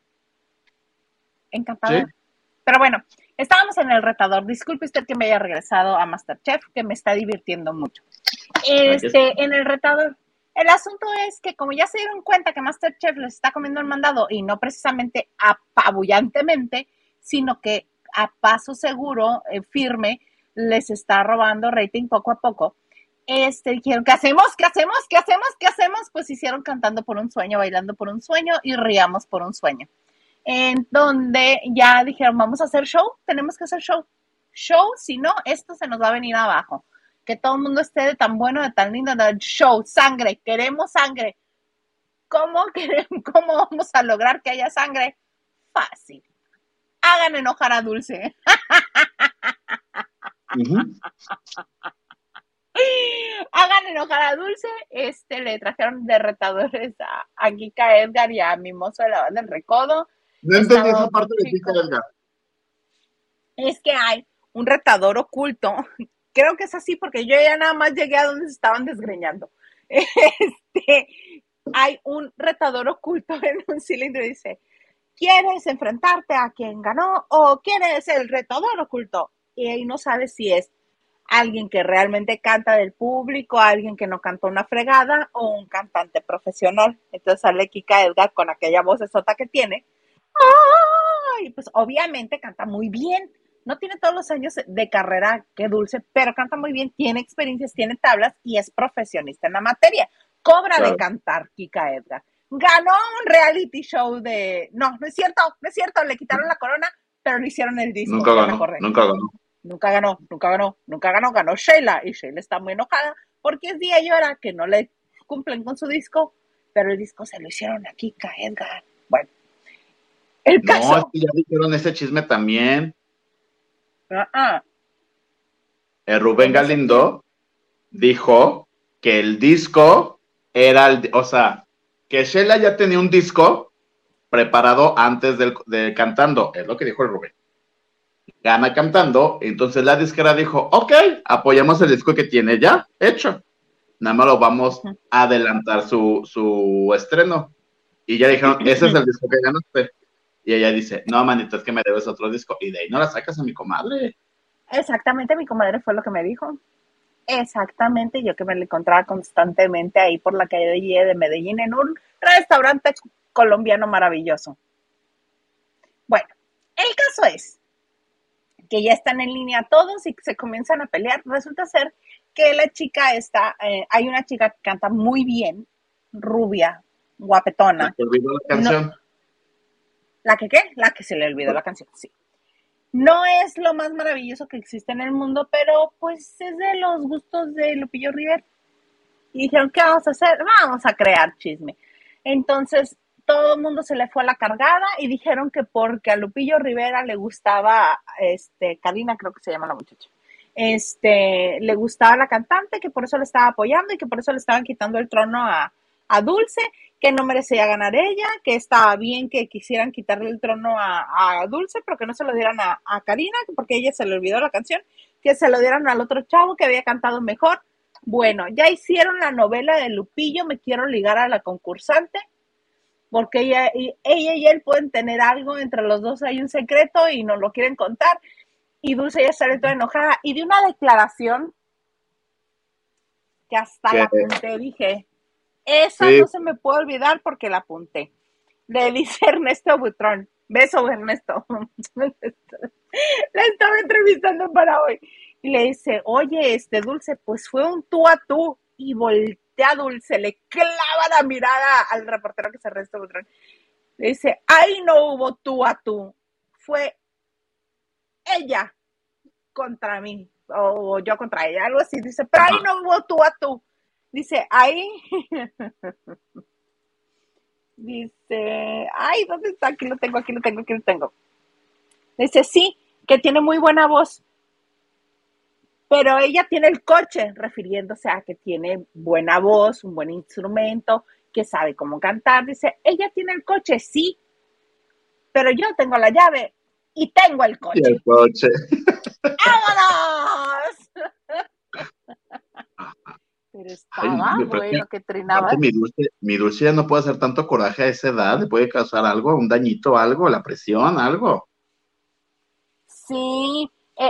Sí. encantadora. Pero bueno, estábamos en el retador. Disculpe usted que me haya regresado a MasterChef, que me está divirtiendo mucho. Aquí está. En el retador. El asunto es que como ya se dieron cuenta que MasterChef les está comiendo el mandado y no precisamente apabullantemente, sino que a paso seguro, firme, les está robando rating poco a poco, Dijeron, ¿qué hacemos? ¿Qué hacemos? ¿Qué hacemos? ¿Qué hacemos? Pues hicieron Cantando por un Sueño, Bailando por un Sueño y Riamos por un Sueño. En donde ya dijeron, vamos a hacer show, tenemos que hacer show. Show, si no, esto se nos va a venir abajo. Que todo el mundo esté de tan bueno, de tan lindo, de show, sangre, queremos sangre. ¿Cómo vamos a lograr que haya sangre? Fácil. Hagan enojar a Dulce. Uh-huh. Hagan enojar a Dulce. Le trajeron de retadores a Kika Edgar y a Mimoso de la Banda del Recodo. No entendí esa Estaba otro parte de ti, chico. Edgar. Es que hay un retador oculto. Creo que es así porque yo ya nada más llegué a donde se estaban desgreñando. Hay un retador oculto en un cilindro y dice, ¿quieres enfrentarte a quien ganó o quieres el retador oculto? Y ahí no sabes si es alguien que realmente canta del público, alguien que no cantó una fregada o un cantante profesional. Entonces sale Kika Edgar con aquella voz sota que tiene. ¡Ay! Pues obviamente canta muy bien. No tiene todos los años de carrera que Dulce, pero canta muy bien, tiene experiencias, tiene tablas y es profesionista en la materia. Cobra de cantar Kika Edgar. Ganó un reality show de... No es cierto, le quitaron la corona, pero le hicieron el disco. Nunca ganó. Ganó Sheila, y Sheila está muy enojada porque es día y hora que no le cumplen con su disco, pero el disco se lo hicieron a Kika Edgar. Bueno, el caso... No, es que ya dijeron ese chisme también. Rubén Galindo dijo que el disco era o sea, que Sheila ya tenía un disco preparado antes de cantando, es lo que dijo el Rubén. Gana cantando, entonces la disquera dijo, ok, apoyamos el disco que tiene ya hecho, nada más lo vamos a adelantar su estreno. Y ya dijeron, ese es el disco que ganaste. Y ella dice, no, manito, es que me debes otro disco. Y de ahí no la sacas a mi comadre. Exactamente, mi comadre fue lo que me dijo. Exactamente, yo que me la encontraba constantemente ahí por la calle de Medellín en un restaurante colombiano maravilloso. Bueno, el caso es que ya están en línea todos y se comienzan a pelear. Resulta ser que la chica está, hay una chica que canta muy bien, rubia, guapetona. ¿La que olvidó la canción? No, ¿la que qué? La que se le olvidó la canción, sí. No es lo más maravilloso que existe en el mundo, pero pues es de los gustos de Lupillo Rivera. Y dijeron, ¿qué vamos a hacer? Vamos a crear chisme. Entonces, todo el mundo se le fue a la cargada y dijeron que porque a Lupillo Rivera le gustaba, Karina creo que se llama la muchacha, le gustaba la cantante, que por eso le estaba apoyando y que por eso le estaban quitando el trono a Dulce, que no merecía ganar ella, que estaba bien que quisieran quitarle el trono a Dulce, pero que no se lo dieran a Karina, porque ella se le olvidó la canción, que se lo dieran al otro chavo que había cantado mejor. Bueno, ya hicieron la novela de Lupillo, me quiero ligar a la concursante, porque ella y él pueden tener algo, entre los dos hay un secreto y nos lo quieren contar, y Dulce ya sale toda enojada, y de una declaración que hasta la apunté, dije, esa sí. No se me puede olvidar porque la apunté. Le dice Ernesto Butrón, beso Ernesto, la estaba entrevistando para hoy, y le dice, oye, Dulce, pues fue un tú a tú, y voltea Dulce, le clava la mirada al reportero que es Ernesto Butrón, le dice, ahí no hubo tú a tú, fue ella contra mí, o yo contra ella, algo así, dice, pero ahí no hubo tú a tú, dice, ahí, dice, ay, ¿dónde está? Aquí lo tengo. Dice, sí, que tiene muy buena voz, pero ella tiene el coche, refiriéndose a que tiene buena voz, un buen instrumento, que sabe cómo cantar. Dice, ella tiene el coche, sí, pero yo tengo la llave y tengo el coche. Y el coche. ¡Vámonos! Pero estaba bueno que trinaba. Mi Dulce ya no puede hacer tanto coraje a esa edad, le puede causar algo, un dañito, algo, la presión, algo. Sí,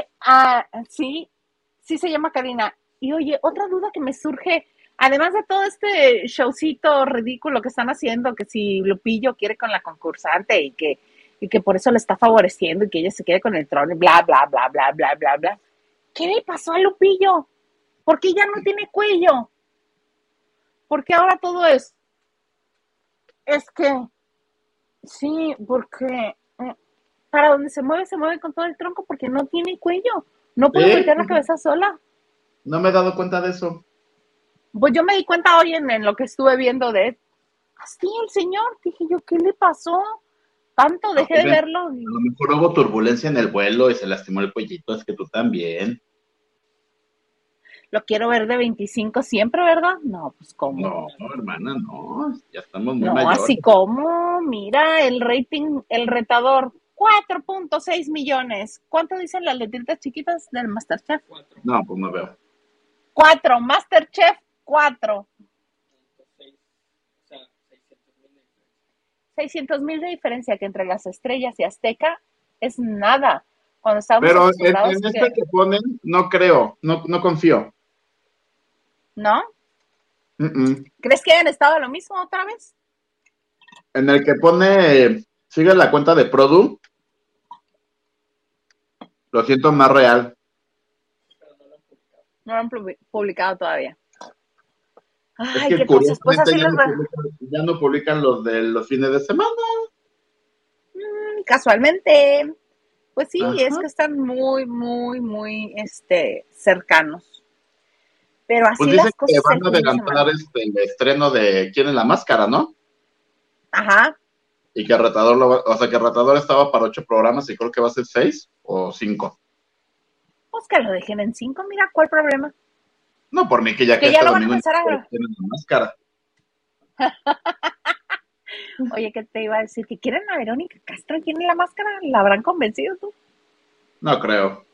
sí se llama Karina. Y oye, otra duda que me surge, además de todo este showcito ridículo que están haciendo, que si Lupillo quiere con la concursante y que por eso le está favoreciendo y que ella se quede con el trono y bla, bla, bla, bla, bla, bla, bla. ¿Qué le pasó a Lupillo? Porque ya no tiene cuello. Porque ahora todo es que, sí, porque para donde se mueve con todo el tronco porque no tiene cuello. No puede ¿Sí? voltear la cabeza sola. No me he dado cuenta de eso. Pues yo me di cuenta hoy en lo que estuve viendo de así el señor. Dije yo, ¿qué le pasó? Tanto A dejé de verlo. lo mejor hubo turbulencia en el vuelo y se lastimó el cuellito, es que tú también. Lo quiero ver de 25 siempre, ¿verdad? No, pues ¿cómo? No, hermana, no, ya estamos muy No, así mayores. como, mira, el rating, el retador, 4.6 millones. ¿Cuánto dicen las letritas chiquitas del Masterchef? No, pues no veo. 4, Masterchef, 4. 600,000 de diferencia que entre las estrellas y Azteca es nada. Cuando estábamos Pero acostumbrados en este que, que ponen, no creo, no confío. ¿no? Mm-mm. ¿Crees que hayan estado lo mismo otra vez? En el que pone, sigue la cuenta de Produ, lo siento más real. No lo han publicado todavía. Es Ay, que qué cosas. Pues curiosamente así les va. ya no publican los de los fines de semana. Casualmente. Pues sí, es Ajá. que están muy, muy, muy, cercanos. Pero Pues así dicen las que cosas van el a fin de adelantar semana. el estreno de ¿Quién es la máscara, no? Ajá. Y que Retador o sea que Retador estaba para 8 programas y creo que va a ser 6 o 5. Pues que lo dejen en 5, mira, ¿cuál problema? No, por mí que ya que Que ya este lo van a domingo empezar a grabar. tienen la máscara. Oye, ¿qué te iba a decir? ¿Que quieren a Verónica Castro aquí en la máscara? ¿La habrán convencido tú? No creo.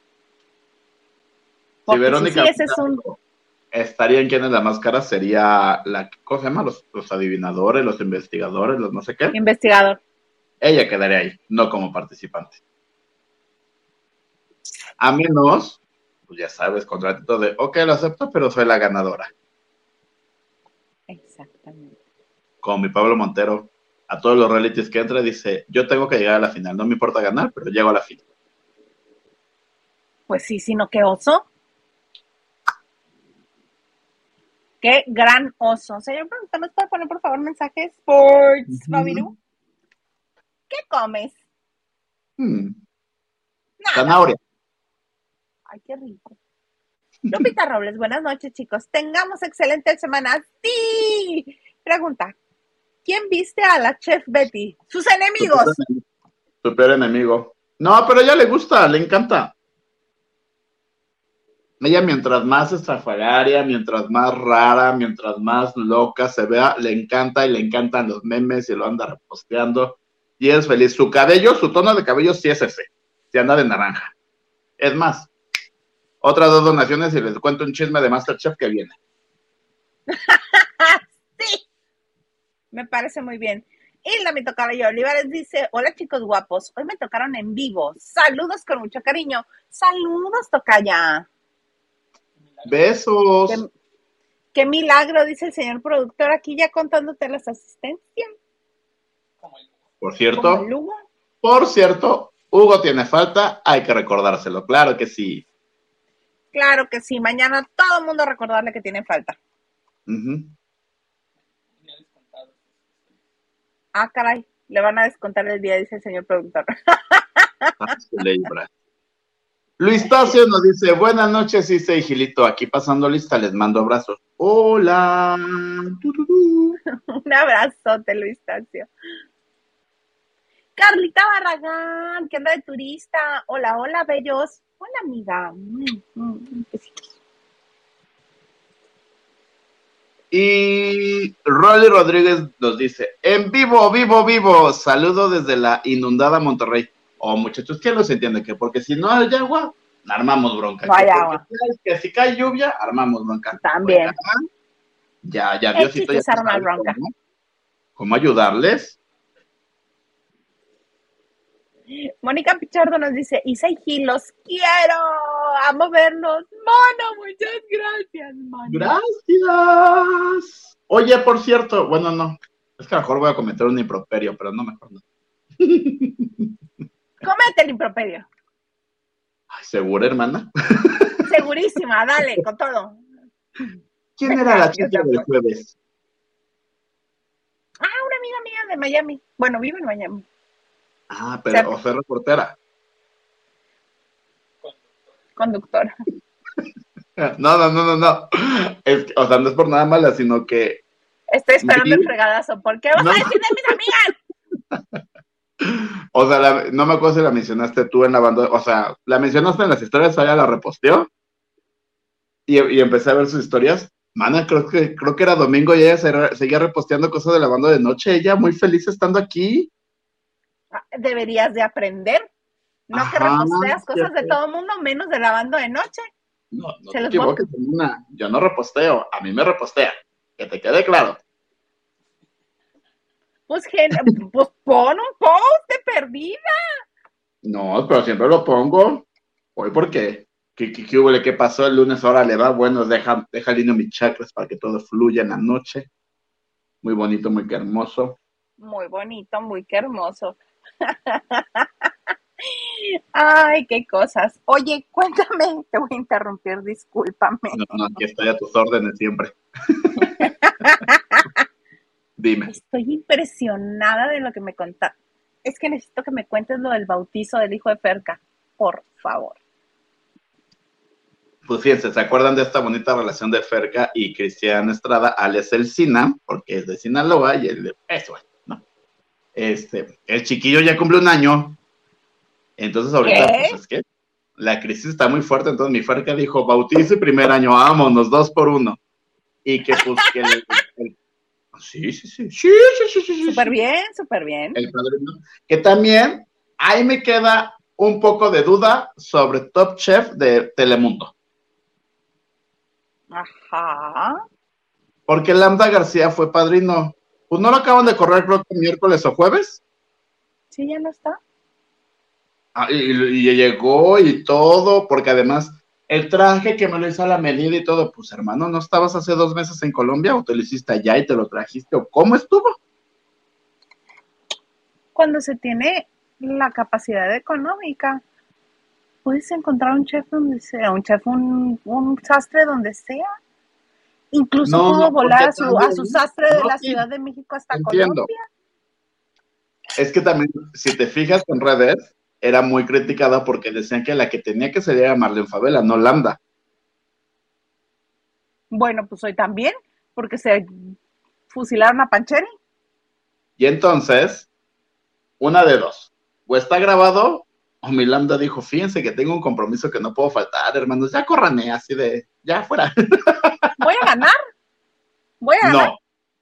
Si Porque sí, Verónica sí, ese es un estaría en ¿Quién es la máscara? Sería ¿cómo se llama? Los adivinadores, los investigadores, los no sé qué. investigador. Ella quedaría ahí, no como participante. A menos, pues ya sabes, contratito de, ok, lo acepto, pero soy la ganadora. Exactamente. Como mi Pablo Montero, a todos los realities que entra, dice, yo tengo que llegar a la final, no me importa ganar, pero llego a la final. Pues sí, sino qué oso. Qué gran oso. Señor productor, ¿nos puede poner por favor mensajes? Sports, Fabiru. ¿Qué comes? Nada. Zanahoria. Ay, qué rico. Lupita Robles, buenas noches, chicos. Tengamos excelente semana. Sí. Pregunta, ¿quién viste a la chef Betty? Sus enemigos. Su peor enemigo. No, pero a ella le gusta, le encanta. Ella mientras más estrafalaria, mientras más rara, mientras más loca se vea, le encanta y le encantan los memes y lo anda reposteando y es feliz. Su cabello, su tono de cabello sí es ese, se anda de naranja. Es más, otras 2 donaciones y les cuento un chisme de Masterchef que viene. Sí, me parece muy bien. Hilda mi tocayo Olivares dice, hola chicos guapos, hoy me tocaron en vivo. Saludos con mucho cariño. Saludos, tocaya. Besos. Qué milagro, dice el señor productor, aquí ya contándote las asistencias. Por cierto, Hugo tiene falta, hay que recordárselo, claro que sí. Claro que sí, mañana todo el mundo recordarle que tiene falta. Ah, caray, le van a descontar el día, dice el señor productor. Luis Tacio nos dice, buenas noches, Isa y Gilito, aquí pasando lista, les mando abrazos. Hola. Un abrazote, Luis Tacio. Carlita Barragán, que anda de turista. Hola, hola, bellos. Hola, amiga. Besitos. Y Rolly Rodríguez nos dice, en vivo, vivo, vivo, saludo desde la inundada Monterrey. Oh, muchachos, ¿quién los entiende? Que porque si no hay agua, armamos bronca. No hay agua. Que si cae lluvia, armamos bronca. También. Ya, El Diosito chiste ya es armar sabe bronca. cómo ayudarles. Mónica Pichardo nos dice, Isa y Gil, los quiero, amo verlos. Mono, muchas gracias, Mono. Gracias. Oye, por cierto, bueno, no, es que a lo mejor voy a cometer un improperio, pero no, mejor no. Cómete el improperio. ¿Segura, hermana? Segurísima, dale, con todo. ¿Quién era la Yo chica del tampoco. jueves? Una amiga mía de Miami. Bueno, vive en Miami. Ah, pero, o Cerca, sea, reportera. conductora. No. O sea, no es por nada mala, sino que Estoy esperando el vi, fregadazo. ¿Por qué vas no, a decir de mis amigas? o sea, no me acuerdo si la mencionaste tú en la banda, o sea, la mencionaste en las historias, ella la reposteó y empecé a ver sus historias. Mana, creo que era domingo y ella seguía reposteando cosas de la banda de noche, ella muy feliz estando aquí. Deberías de aprender. No que Ajá, reposteas cosas de cierto. todo el mundo, menos de lavando de noche. No Se te les voy a... equivoques, hermana, yo no reposteo, a mí me repostea, que te quede claro. Pues, pues pon un post de perdida. No, pero siempre lo pongo. Hoy, ¿por qué? ¿Qué hubo? ¿Qué pasó el lunes? Ahora le va. Bueno, deja alinear mis chakras para que todo fluya en la noche. Muy bonito, muy hermoso. Muy bonito, muy qué hermoso. Ay, qué cosas. Oye, cuéntame, te voy a interrumpir, discúlpame. No, aquí estoy a tus órdenes siempre. Dime. Estoy impresionada de lo que me contaste. Es que necesito que me cuentes lo del bautizo del hijo de Ferca, por favor. Pues fíjense, ¿se acuerdan de esta bonita relación de Ferca y Cristian Estrada, alias el Sina? Porque es de Sinaloa y el de eso, ¿no? El chiquillo ya cumple un año. Entonces ahorita, ¿Qué? pues es que la crisis está muy fuerte. Entonces mi Ferca dijo, bautizo y primer año, vámonos, 2 por 1. Y que pues que Súper sí. bien, súper bien. El padrino. Que también ahí me queda un poco de duda sobre Top Chef de Telemundo. Ajá. Porque Lambda García fue padrino. Pues no lo acaban de correr, creo que miércoles o jueves. Sí, ya no está. Y llegó y todo, porque además el traje que me lo hizo a la medida y todo, pues hermano, ¿no estabas hace 2 meses en Colombia o te lo hiciste allá y te lo trajiste o cómo estuvo? Cuando se tiene la capacidad económica, puedes encontrar un chef donde sea, un sastre donde sea. Incluso No, pudo volar porque a su también, sastre de no, la sí, Ciudad de México hasta entiendo. Colombia. Es que también, si te fijas en redes, era muy criticada porque decían que la que tenía que salir era Marlene Favela, no Lambda. Bueno, pues hoy también, porque se fusilaron a Pancheri. Y entonces, una de dos, o está grabado, o mi Lambda dijo, fíjense que tengo un compromiso que no puedo faltar, hermanos, ya córranme, así de, ya fuera. Voy a ganar, voy a ganar. No,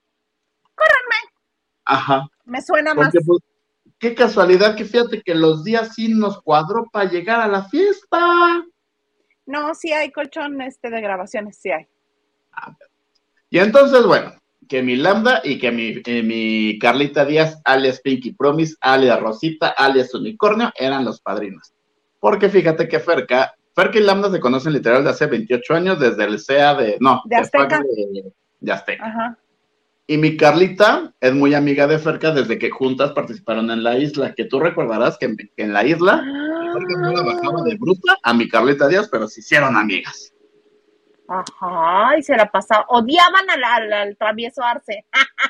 ajá, Me suena porque más. pues, qué casualidad que fíjate que los días sí nos cuadró para llegar a la fiesta. No, sí hay colchón de grabaciones, sí hay. Y entonces, bueno, que mi Lambda y que mi Carlita Díaz, alias Pinky Promise, alias Rosita, alias Unicornio, eran los padrinos. Porque fíjate que Ferca y Lambda se conocen literal de hace 28 años, desde el CEA De de FAC Azteca. de Azteca. Ajá. Y mi Carlita es muy amiga de Ferca desde que juntas participaron en la isla, que tú recordarás que en la isla, Ferca no la bajaba de bruta a mi Carlita Díaz, pero se hicieron amigas. Ajá, y se la pasaba. Odiaban al travieso Arce.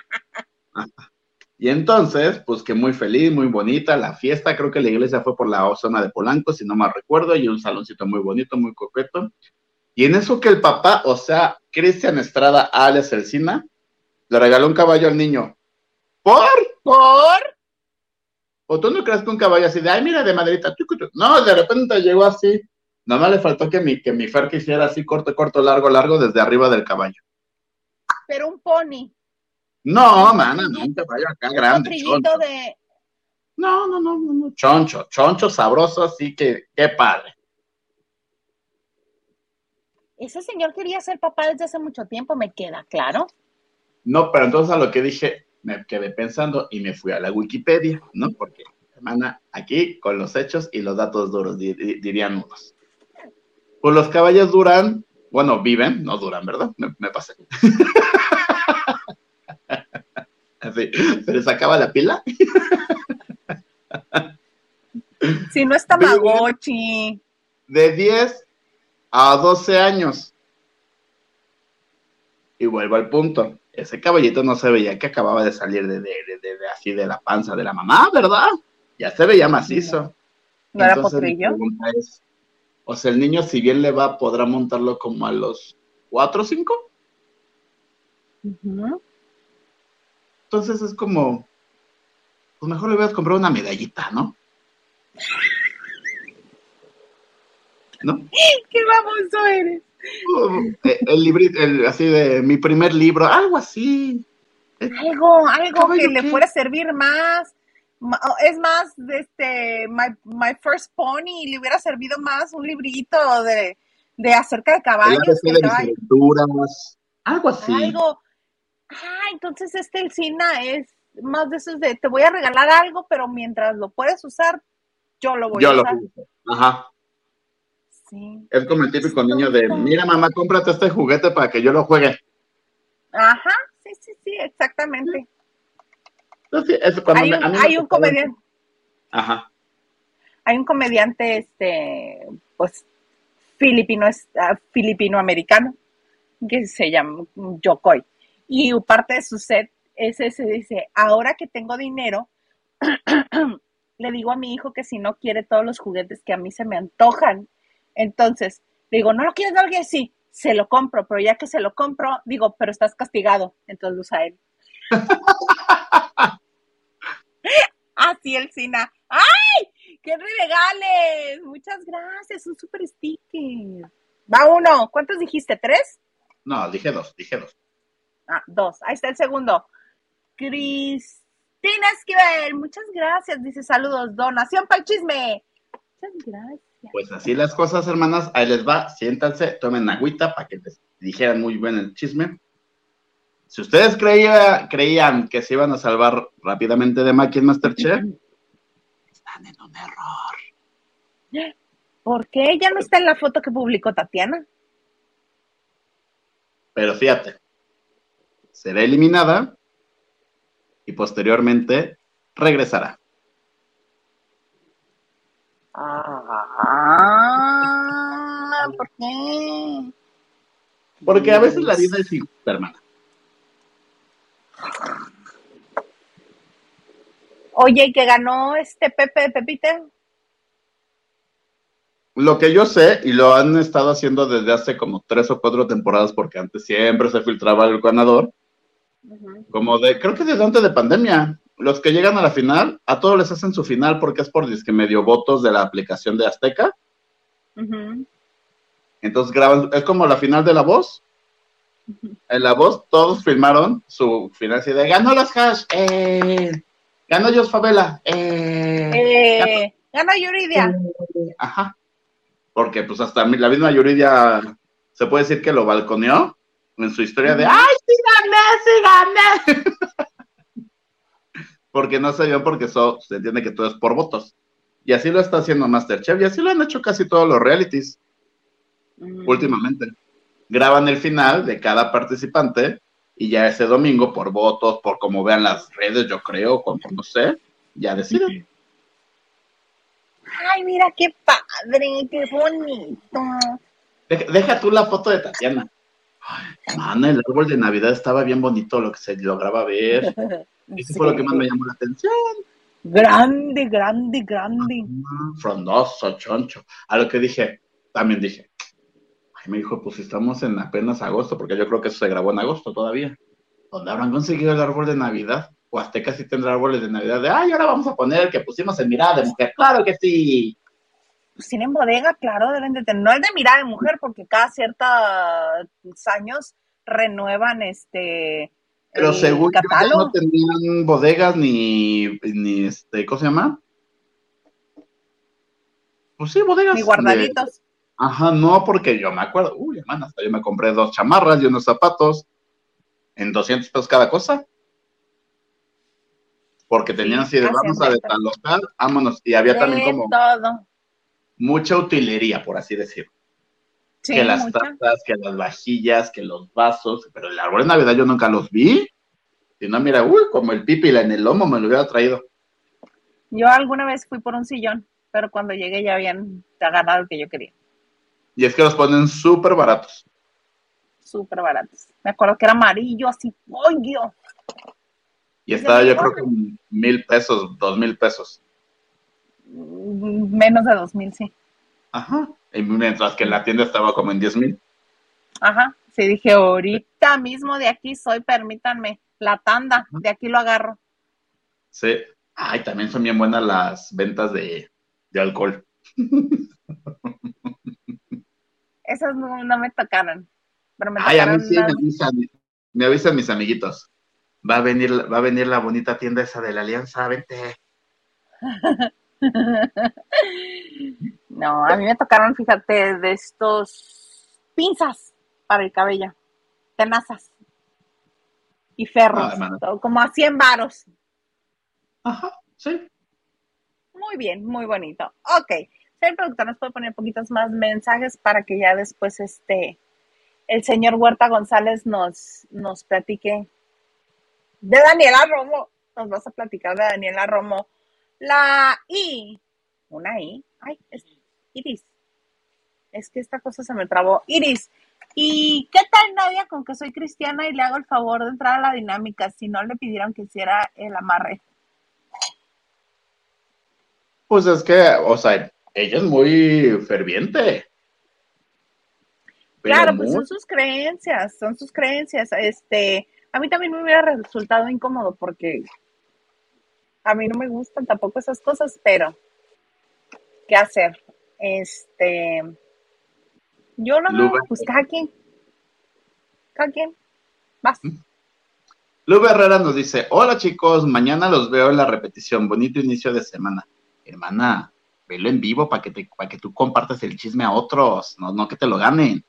Y entonces, pues que muy feliz, muy bonita la fiesta, creo que la iglesia fue por la zona de Polanco, si no mal recuerdo, y un saloncito muy bonito, muy coqueto. Y en eso que el papá, o sea, Cristian Estrada, alias Elsina, le regaló un caballo al niño. ¿Por? ¿Por? ¿O tú no crees que un caballo así de, ay, mira, de maderita? No, de repente llegó así. Nada más le faltó que mi Fer hiciera así corto, corto, largo, largo, desde arriba del caballo. Pero un pony. No, mana, no, un caballo acá Un grande, potrillito choncho. de... No, choncho, sabroso, así que, qué padre. Ese señor quería ser papá desde hace mucho tiempo, me queda claro. No, pero entonces a lo que dije, me quedé pensando y me fui a la Wikipedia, ¿no? Porque, hermana, aquí con los hechos y los datos duros, dirían unos. Pues los caballos duran, bueno, viven, no duran, ¿verdad? Me pasé. Así, se les acaba la pila. Si no es Viven, Tamagotchi. de 10 a 12 años. Y vuelvo al punto. Ese caballito no se veía que acababa de salir así de la panza de la mamá, ¿verdad? Ya se veía macizo. ¿No era Entonces mi potrillo? pregunta es, o sea, el niño si bien le va, podrá montarlo como a los 4 o 5. Ujú. Entonces es como, pues mejor le voy a comprar una medallita, ¿no? ¿No? ¡Qué baboso eres! El librito, así de mi primer libro, algo así. Algo que ¿Caballo le qué? fuera a servir más. Es más, My First Pony le hubiera servido más un librito de acerca de El caballos que ABC el de mis caballo. aventuras, algo así. Algo. Entonces el Sina es más de esos de te voy a regalar algo, pero mientras lo puedes usar, yo lo voy a Yo lo usar. uso. Ajá. Sí, Es como qué el típico niño de, chistoso. mira mamá, cómprate este juguete para que yo lo juegue. Ajá, sí, exactamente. Entonces, eso cuando a mí me Hay un tocaba. comediante, Ajá. hay un comediante, pues, filipino-americano, que se llama Yokoi. Y parte de su set es ese, dice, ahora que tengo dinero, le digo a mi hijo que si no quiere todos los juguetes que a mí se me antojan, entonces le digo, ¿no lo quieres dar alguien? Sí, se lo compro, pero ya que se lo compro, digo, pero estás castigado, entonces lo usa él. Así el Sina. ¡Ay! ¡Qué regales! Muchas gracias, un super sticker. Va uno. ¿Cuántos dijiste? ¿Tres? No, dije dos. Dos. Ahí está el segundo. Cristina Esquivel, muchas gracias. Dice saludos, donación para el chisme. Muchas gracias. Pues así las cosas, hermanas, ahí les va, siéntanse, tomen agüita para que les dijeran muy bien el chisme. Si ustedes creían que se iban a salvar rápidamente de Maki en Masterchef, están en un error. ¿Por qué ella no está en la foto que publicó Tatiana? Pero fíjate, será eliminada y posteriormente regresará. ¿Por qué? Porque a veces la vida es injusta, hermana. Oye, que ganó Pepe de Pepite. Lo que yo sé, y lo han estado haciendo desde hace como 3 o 4 temporadas, porque antes siempre se filtraba el ganador, creo que desde antes de pandemia, los que llegan a la final, a todos les hacen su final porque es por disque medio votos de la aplicación de Azteca. Entonces graban, es como la final de La Voz. En La Voz todos filmaron su final así de, ganó los Hash, ganó Jos Favela, Ganó Yuridia. Ajá. Porque pues hasta la misma Yuridia se puede decir que lo balconeó en su historia de ¡ay, sí gané! Porque no se vio porque se entiende que todo es por votos. Y así lo está haciendo Masterchef y así lo han hecho casi todos los realities últimamente. Graban el final de cada participante y ya ese domingo por votos, por como vean las redes, yo creo, como no sé, ya deciden. Ay, mira qué padre, qué bonito. Deja tú la foto de Tatiana. Ay, man, el árbol de Navidad estaba bien bonito lo que se lograba ver. Eso fue lo que más me llamó la atención. Grande. Frondoso, choncho. A lo que dije, también dije, ay, me dijo, pues estamos en apenas agosto, porque yo creo que eso se grabó en agosto todavía. ¿Dónde habrán conseguido el árbol de Navidad? O Azteca sí tendrá árboles de Navidad de, ay, ahora vamos a poner el que pusimos en Mirada de Mujer. ¡Claro que sí! Pues tienen bodega, claro, deben de tener. No es de Mirada de Mujer, porque cada ciertos años renuevan Pero el según yo ya no catálogo. tenían bodegas ni ¿cómo se llama? Pues sí, Ni bodegas de... guardaditos. Ajá, no, porque yo me acuerdo, uy, hermana, hasta yo me compré 2 chamarras y unos zapatos en 200 pesos cada cosa. Porque tenían Sí, así de, hacen vamos a ventas. desalojar, vámonos. Y había también De como todo. mucha utilería, por así decirlo. Que Sí, las mucha. tazas, que las vajillas, que los vasos, pero el árbol de Navidad yo nunca los vi. Si no, mira, uy, como el pipila en el lomo me lo hubiera traído. Yo alguna vez fui por un sillón, pero cuando llegué ya habían ganado el que yo quería. Y es que los ponen súper baratos. Súper baratos. Me acuerdo que era amarillo, así, pollo. Y estaba yo creo que 1,000 pesos, 2,000 pesos. Menos de 2,000, sí. Ajá. Y mientras que en la tienda estaba como en 10,000. Ajá. Sí, dije, ahorita mismo de aquí soy, permítanme, la tanda, de aquí lo agarro. Sí. Ay, también son bien buenas las ventas de alcohol. Esas no me tocaron, pero me Ay, a mí tocaron sí unas. me avisan mis amiguitos. Va a venir la bonita tienda esa de la Alianza, vente. No, a mí me tocaron, fíjate, de estos pinzas para el cabello, tenazas y No, ferros, hermano. todo como a 100 varos. Ajá, sí. Muy bien, muy bonito. Ok, señor productor, nos puede poner poquitos más mensajes para que ya después el señor Huerta González nos platique de Daniela Romo. Nos vas a platicar de Daniela Romo. Una I, ay, es Iris. Es que esta cosa se me trabó. Iris, ¿y qué tal, Nadia, con que soy cristiana y le hago el favor de entrar a la dinámica si no le pidieron que hiciera el amarre? Pues es que, o sea, ella es muy ferviente, pero Claro, pues muy. son sus creencias. A mí también me hubiera resultado incómodo porque a mí no me gustan tampoco esas cosas, pero ¿qué hacer? Este, yo no Lube, veo, pues cada quien, vas. Lube Herrera nos dice, hola chicos, mañana los veo en la repetición, bonito inicio de semana. Hermana, velo en vivo para que tú compartas el chisme a otros, no que te lo ganen.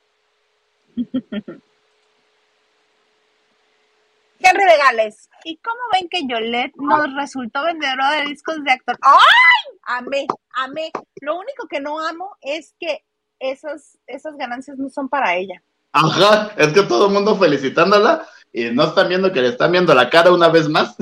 Henry de Gales, ¿y cómo ven que Yolette nos resultó vendedora de discos de actor? ¡Ay! Amé. Lo único que no amo es que esas ganancias no son para ella. Ajá, es que todo el mundo felicitándola y no están viendo que le están viendo la cara una vez más.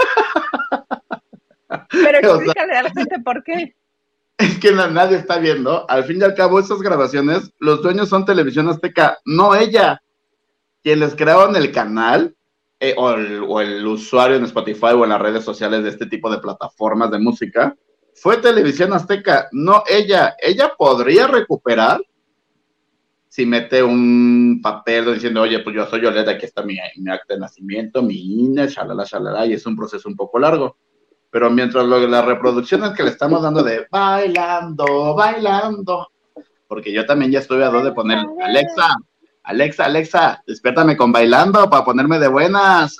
Pero O sea, explícale a la gente por qué. es que nadie está viendo. Al fin y al cabo, esas grabaciones, los dueños son Televisión Azteca, no ella. Quien les crearon el canal o el usuario en Spotify o en las redes sociales de este tipo de plataformas de música fue Televisión Azteca, no ella. Ella podría recuperar si mete un papel diciendo, oye, pues yo soy Yolanda, aquí está mi acta de nacimiento, mi INE, shalala, y es un proceso un poco largo. Pero mientras las reproducciones que le estamos dando de bailando, porque yo también ya estuve a dos de poner, Alexa, despiértame con bailando para ponerme de buenas.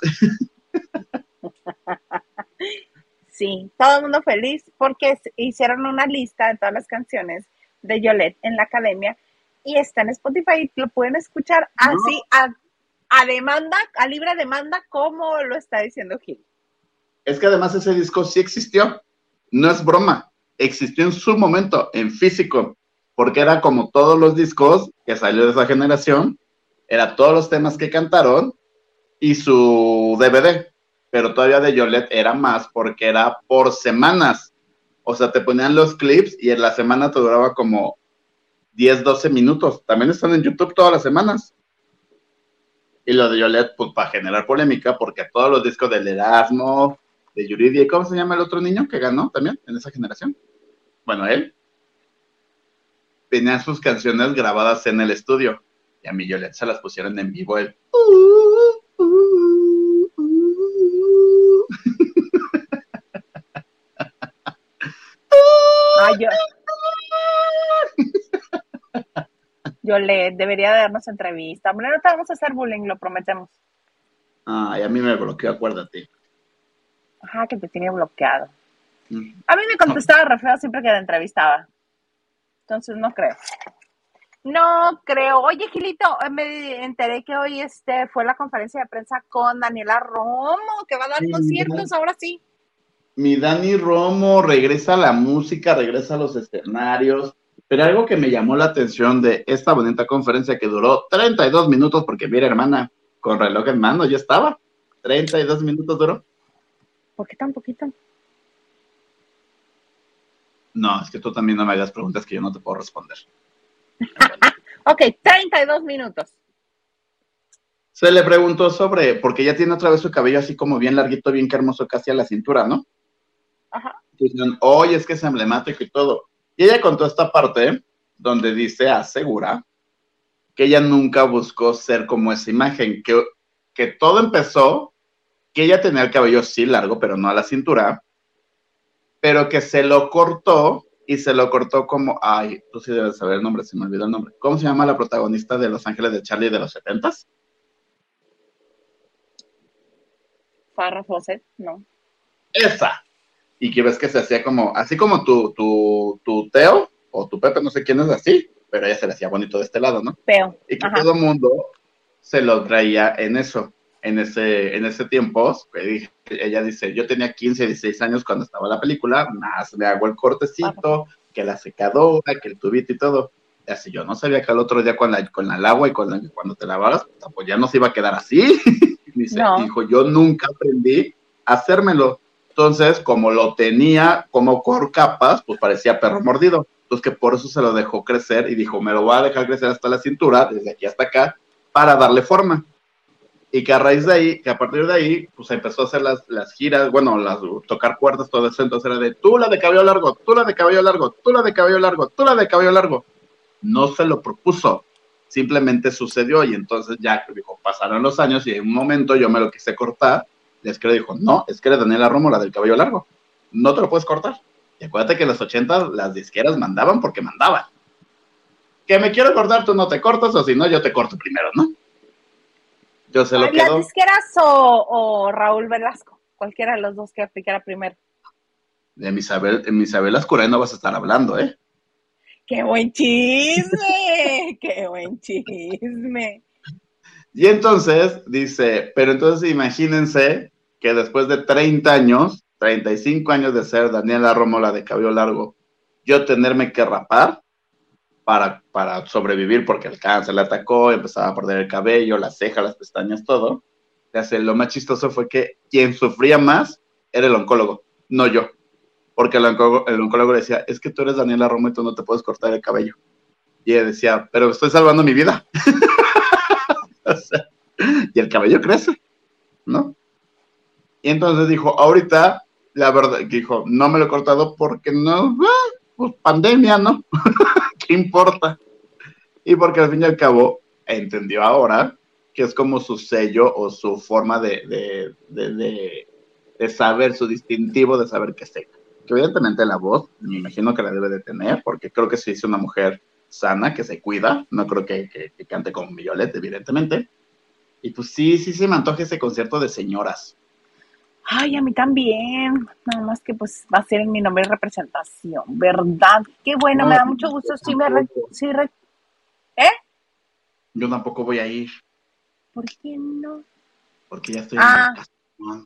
Sí, todo el mundo feliz porque hicieron una lista de todas las canciones de Yolette en la academia y está en Spotify. Lo pueden escuchar así a demanda, a libre demanda, como lo está diciendo Gil. Es que además ese disco sí existió, no es broma, existió en su momento, en físico, porque era como todos los discos que salió de esa generación, era todos los temas que cantaron y su DVD, pero todavía de Yolette era más porque era por semanas, o sea, te ponían los clips y en la semana te duraba como 10, 12 minutos, también están en YouTube todas las semanas. Y lo de Yolette, pues para generar polémica, porque todos los discos del Erasmo, de Yuridia, ¿cómo se llama el otro niño que ganó también en esa generación? Bueno, él tenía sus canciones grabadas en el estudio y a mi Yolette se las pusieron en vivo él. Ah, yo le debería darnos entrevista. Bueno, no te vamos a hacer bullying, lo prometemos. Ay, a mí me bloqueó, acuérdate. Ajá, que te tiene bloqueado. A mí me contestaba re feo siempre que la entrevistaba. Entonces no creo. No creo. Oye, Gilito, me enteré que hoy fue la conferencia de prensa con Daniela Romo, que va a dar conciertos, ahora sí. Mi Dani Romo regresa a la música, regresa a los escenarios, pero algo que me llamó la atención de esta bonita conferencia que duró 32 minutos, porque mira, hermana, con reloj en mano ya estaba, 32 minutos duró. ¿Por qué tan poquito? No, es que tú también no me hagas preguntas que yo no te puedo responder. Ok, 32 minutos. Se le preguntó porque ella tiene otra vez su cabello así como bien larguito, bien hermoso, casi a la cintura, ¿no? Ajá. Dicen, oye, es que es emblemático y todo. Y ella contó esta parte donde asegura, que ella nunca buscó ser como esa imagen, que todo empezó, que ella tenía el cabello sí largo, pero no a la cintura, pero que se lo cortó, y se lo cortó como, ay, tú sí debes saber el nombre, se me olvidó el nombre. ¿Cómo se llama la protagonista de Los Ángeles de Charlie de los 70s? Farrah Fawcett, no. Esa. Y que ves que se hacía como, así como tu Teo, o tu Pepe, no sé quién es así, pero ella se le hacía bonito de este lado, ¿no? Peo. Y que Ajá. todo el mundo se lo traía en eso, en ese tiempo. Ella dice, yo tenía 15, 16 años cuando estaba la película, más le hago el cortecito, que la secadora, que el tubito y todo. Así yo no sabía que al otro día con el agua y cuando te lavabas, pues ya no se iba a quedar así. Dice, No. dijo, yo nunca aprendí a hacérmelo. Entonces, como lo tenía como por capas, pues parecía perro mordido. Entonces, que por eso se lo dejó crecer y dijo, me lo voy a dejar crecer hasta la cintura, desde aquí hasta acá, para darle forma. Y que a raíz de ahí, que a partir de ahí, pues empezó a hacer las giras, bueno, tocar puertas, todo eso. Entonces era de, tú la de cabello largo, tú la de cabello largo, tú la de cabello largo, tú la de cabello largo. No se lo propuso, simplemente sucedió. Y entonces ya dijo, pasaron los años y en un momento yo me lo quise cortar. Y es que le dijo, no, es que eres Daniela Romo, la del cabello largo, no te lo puedes cortar. Y acuérdate que en los 80 las disqueras mandaban porque mandaban. Que me quiero cortar, tú no te cortas, o si no, yo te corto primero, ¿no? Yo se lo ¿Las quedo. disqueras o Raúl Velasco? Cualquiera de los dos que aplicara primero. De Misabel Ascuray no vas a estar hablando, ¿eh? ¡Qué buen chisme! ¡Qué buen chisme! Y entonces dice, pero entonces imagínense que después de 30 años, 35 años de ser Daniela Romo, la de cabello largo, yo tenerme que rapar para sobrevivir porque el cáncer le atacó, empezaba a perder el cabello, las cejas, las pestañas, todo. Lo más chistoso fue que quien sufría más era el oncólogo, no yo. Porque el oncólogo decía, es que tú eres Daniela Romo y tú no te puedes cortar el cabello. Y ella decía, pero estoy salvando mi vida. O sea, y el cabello crece, ¿no? Y entonces dijo, ahorita, la verdad, dijo, no me lo he cortado porque no, pues pandemia, ¿no? ¿Qué importa? Y porque al fin y al cabo entendió ahora que es como su sello o su forma de saber, su distintivo de saber qué seca. Que evidentemente la voz, me imagino que la debe de tener, porque creo que sí es una mujer sana, que se cuida, no creo que cante como Violet, evidentemente. Y pues sí se me antoja ese concierto de señoras. Ay, a mí también. Nada más que pues va a ser en mi nombre de representación, ¿verdad? Qué bueno, No, me da mucho gusto. ¿Eh? yo tampoco voy a ir, ¿Por qué no? porque ya estoy en Ah, vacaciones.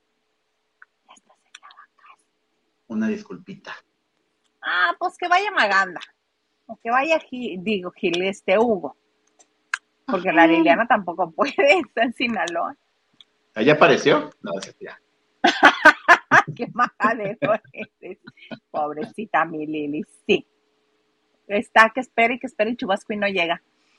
Una disculpita. pues que vaya Maganda. O que vaya Gil, Hugo. Porque la Liliana tampoco puede, está en Sinaloa. ¿Allá apareció? No, ya. Qué majadero eres. Pobrecita mi Lili, sí. Está que espere y Chubasco y no llega.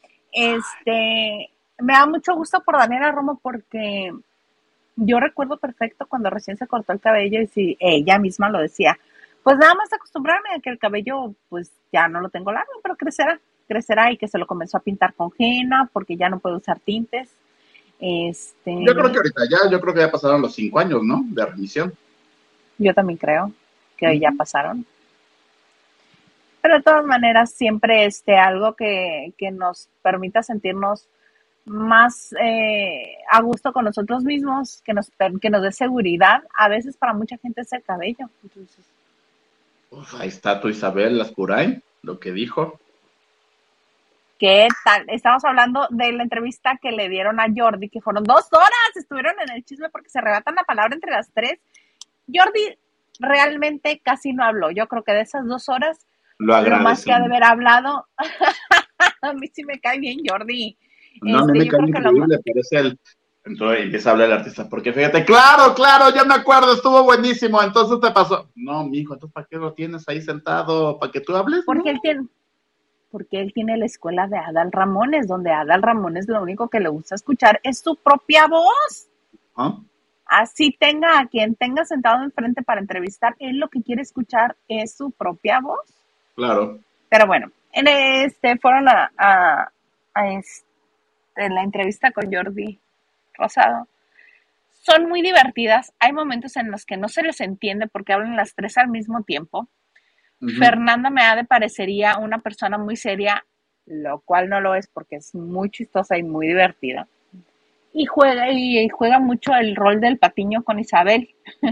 Me da mucho gusto por Daniela Romo porque yo recuerdo perfecto cuando recién se cortó el cabello y si ella misma lo decía, pues nada más acostumbrarme a que el cabello pues ya no lo tengo largo, pero crecerá y que se lo comenzó a pintar con henna porque ya no puede usar tintes. Yo creo que ahorita yo creo que ya pasaron los 5 años, ¿no? De remisión. Yo también creo que ya pasaron. Pero de todas maneras, siempre algo que nos permita sentirnos más a gusto con nosotros mismos, que nos dé seguridad. A veces para mucha gente es el cabello. Entonces, Pues ahí está tu Isabel Lascurain, lo que dijo. ¿qué tal? Estamos hablando de la entrevista que le dieron a Jordi, que fueron 2 horas, estuvieron en el chisme porque se arrebatan la palabra entre las 3. Jordi realmente casi no habló. Yo creo que de esas 2 horas, lo más que ha de haber hablado, a mí sí me cae bien Jordi. No, a mí me cae increíble, pero es el... Entonces empieza a hablar el artista, porque fíjate, claro, ya me acuerdo, estuvo buenísimo, entonces te pasó. No, mijo, entonces ¿para qué lo tienes ahí sentado? ¿Para que tú hables? Porque no. porque él tiene la escuela de Adal Ramones, donde Adal Ramones lo único que le gusta escuchar es su propia voz. ¿Ah? Así tenga a quien tenga sentado enfrente para entrevistar, él lo que quiere escuchar es su propia voz. Claro. Pero bueno, fueron a la entrevista con Jordi Rosado. Son muy divertidas. Hay momentos en los que no se les entiende porque hablan las tres al mismo tiempo. Uh-huh. Fernanda Meade parecería una persona muy seria, lo cual no lo es porque es muy chistosa y muy divertida. Y juega mucho el rol del patiño con Isabel.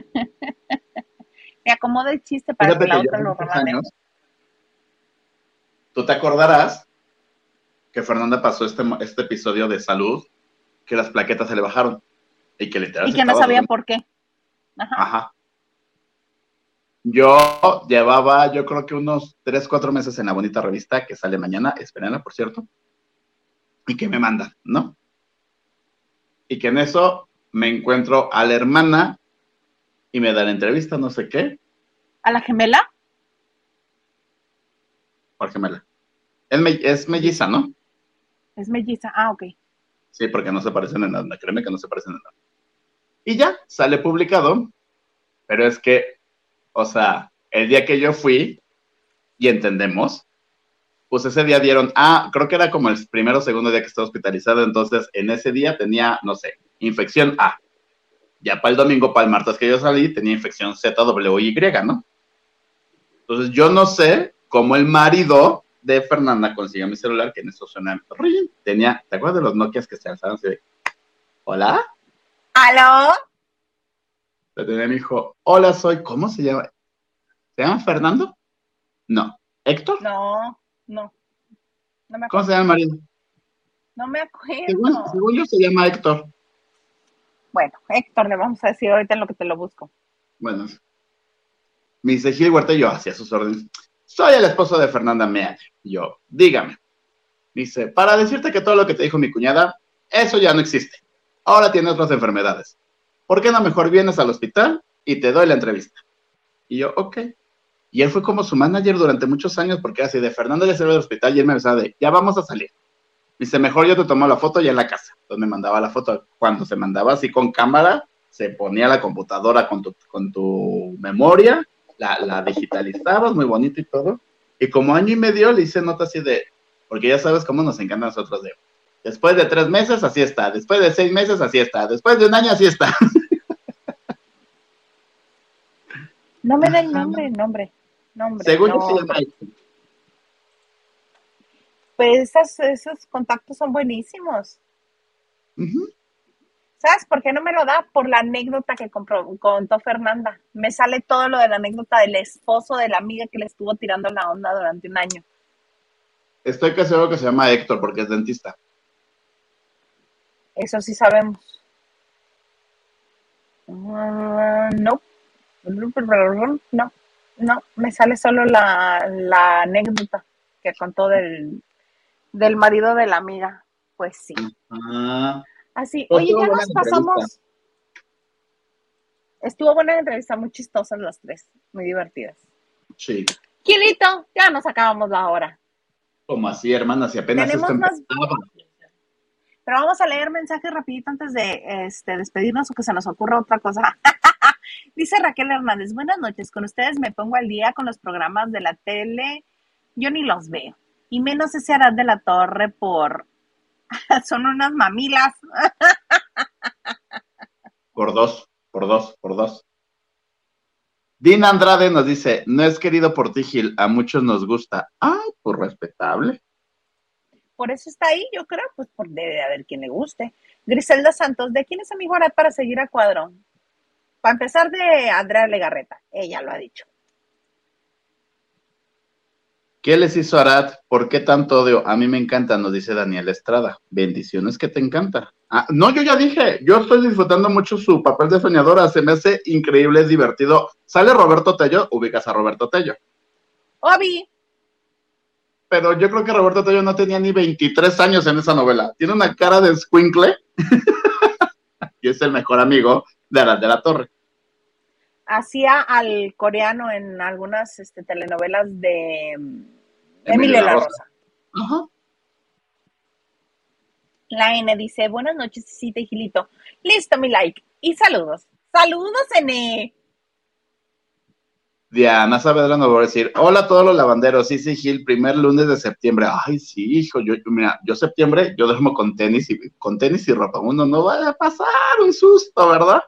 Me acomoda el chiste para Fíjate que la que yo otra hace lo muchos remate. años, tú te acordarás que Fernanda pasó este episodio de salud, que las plaquetas se le bajaron y que literal Y se que no estaba sabía durmiendo. por qué. Ajá. Ajá. Yo llevaba, yo creo que unos 3, 4 meses en la bonita revista que sale mañana, espérenla, por cierto, y que me mandan, ¿no? Y que en eso me encuentro a la hermana y me da la entrevista, no sé qué, ¿A la gemela? por gemela. Es melliza, ¿no? Es melliza. Ah, ok. Sí, porque no se parecen en nada, créeme que no se parecen en nada. Y ya, sale publicado, pero es que, o sea, el día que yo fui, y entendemos, pues ese día dieron, creo que era como el primero o segundo día que estaba hospitalizado, entonces en ese día tenía, no sé, infección A. Ya para el domingo, para el martes que yo salí, tenía infección Z, W, Y, ¿no? Entonces yo no sé cómo el marido de Fernanda consiguió mi celular, que en eso suena, tenía, ¿te acuerdas de los Nokias que se alzaban así de, hola? ¿Aló? Le tenía mi hijo, hola, ¿cómo se llama? ¿Se llama Fernando? No. ¿Héctor? No me ¿Cómo acuerdo. se llama el marido? No me Según, acuerdo. según yo se llama Héctor. Bueno, Héctor, le vamos a decir ahorita en lo que te lo busco. Bueno, me dice Gil Huerta y yo hacia sus órdenes. Soy el esposo de Fernanda Meade. Y yo, dígame. Dice, para decirte que todo lo que te dijo mi cuñada, eso ya no existe. Ahora tiene otras enfermedades. ¿Por qué no mejor vienes al hospital y te doy la entrevista? Y yo, ok. Y él fue como su manager durante muchos años porque así de Fernanda ya salió del hospital y él me avisaba de, ya vamos a salir. Dice, mejor yo te tomo la foto ya en la casa. Entonces me mandaba la foto. Cuando se mandaba así con cámara, se ponía la computadora con tu memoria, la digitalizabas, muy bonito y todo. Y como año y medio le hice nota así de, porque ya sabes cómo nos encanta a nosotros de, después de 3 meses, así está. Después de 6 meses, así está. Después de un año, así está. No me da el nombre. Según yo se llama Héctor. Pues esos contactos son buenísimos. Uh-huh. ¿Sabes por qué no me lo da? Por la anécdota que contó Fernanda. Me sale todo lo de la anécdota del esposo de la amiga que le estuvo tirando la onda durante un año. Estoy casi seguro que se llama Héctor porque es dentista. Eso sí sabemos. No, me sale solo la anécdota que contó del marido de la amiga. Pues sí. Así, Pues oye, estuvo ya buena nos la entrevista. pasamos. Estuvo buena la entrevista, muy chistosas las tres, muy divertidas. Sí. Gilito, ya nos acabamos la hora. Como así, hermana, si apenas Tenemos esto más, empezaba. pero vamos a leer mensajes rapidito antes de despedirnos o que se nos ocurra otra cosa. Dice Raquel Hernández, buenas noches, con ustedes me pongo al día con los programas de la tele, yo ni los veo, y menos ese Arad de la Torre son unas mamilas. Por dos. Dina Andrade nos dice, no es querido por ti, Gil, a muchos nos gusta. Ay, pues respetable. Por eso está ahí, yo creo, pues debe de haber quien le guste. Griselda Santos, ¿de quién es amigo Arad para seguir a cuadro? Para empezar, de Andrea Legarreta, ella lo ha dicho. ¿Qué les hizo Arad? ¿Por qué tanto odio? A mí me encanta, nos dice Daniel Estrada. Bendiciones que te encanta. No, yo ya dije, yo estoy disfrutando mucho su papel de soñadora, se me hace increíble, es divertido. Sale Roberto Tello, ubicas a Roberto Tello. Obi. Pero yo creo que Roberto Tello no tenía ni 23 años en esa novela. Tiene una cara de escuincle y es el mejor amigo de Arad de la Torre. Hacía al coreano en algunas telenovelas de Emilio La Rosa. Ajá. La N dice, buenas noches, Cita y Gilito. Listo, mi like. Y saludos. Saludos, N. Diana Saavedra nos va a decir, hola a todos los lavanderos, sí, sí, Gil, primer lunes de septiembre. Ay, sí, hijo, mira, yo septiembre, yo duermo con tenis y ropa. Uno no vaya a pasar un susto, ¿verdad?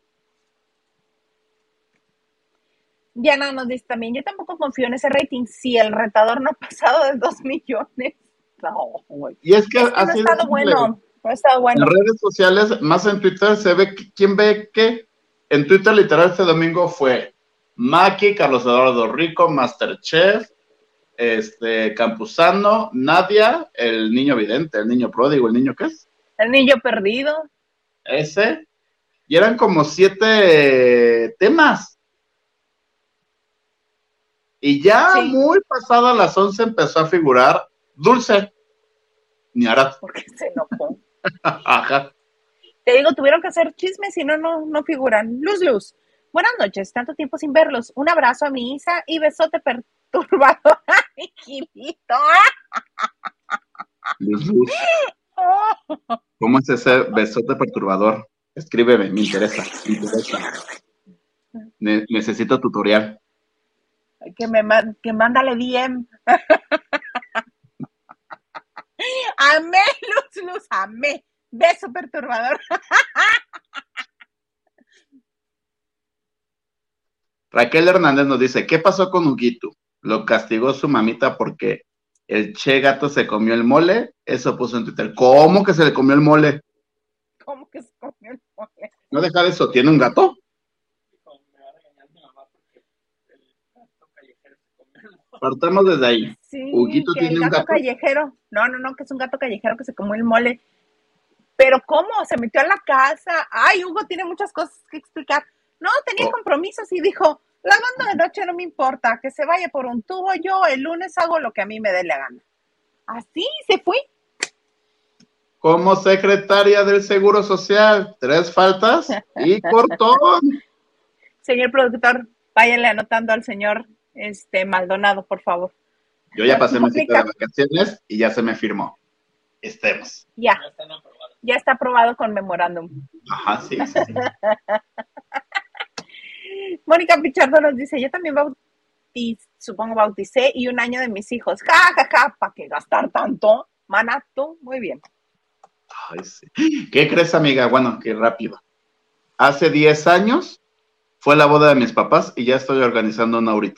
Diana nos dice también, yo tampoco confío en ese rating si el retador no ha pasado de 2 millones. No, güey. Y es que Es que no ha así de estado simple. bueno, no ha estado En bueno. redes sociales, más en Twitter, se ve quién ve qué. En Twitter, literal, este domingo fue Maki, Carlos Eduardo Rico, Masterchef, Campuzano, Nadia, el niño vidente, el niño pródigo, el niño ¿qué es? El niño perdido. Ese. Y eran como 7 temas. Y ya Sí. muy pasadas las 11 empezó a figurar Dulce. Ni Arat. Porque se enojó. Ajá. Te digo, tuvieron que hacer chismes, si no, no figuran. Luz. Buenas noches, tanto tiempo sin verlos. Un abrazo a mi Isa y besote perturbador a mi Gilito. Luz. ¿Cómo es ese besote perturbador? Escríbeme, me interesa. Necesito tutorial. Que mándale DM. Amé, Luz, amé. Beso perturbador. Raquel Hernández nos dice, ¿qué pasó con Huguito? Lo castigó su mamita porque el Che Gato se comió el mole. Eso puso en Twitter. ¿Cómo que se le comió el mole? ¿Cómo que se comió el mole? No deja de eso, ¿tiene un gato? Partamos desde ahí. Sí, Huguito que tiene el un gato gato. callejero. No, que es un gato callejero que se comió el mole. Pero ¿cómo? Se metió a la casa. Ay, Hugo tiene muchas cosas que explicar. No, tenía compromisos y dijo, la banda de noche no me importa, que se vaya por un tubo, yo el lunes hago lo que a mí me dé la gana. Así se fue. Como secretaria del Seguro Social, 3 faltas y cortón. Señor productor, váyale anotando al señor Maldonado, por favor. Yo ya pasé mi cita de vacaciones y ya se me firmó. Estemos. Ya está aprobado con memorándum. Ajá, sí. Mónica Pichardo nos dice, yo también bauticé y un año de mis hijos. Ja, ¿para qué gastar tanto? Mana, tú, muy bien. Ay, sí. ¿Qué crees, amiga? Bueno, qué rápido. Hace 10 años fue la boda de mis papás y ya estoy organizando una ahorita.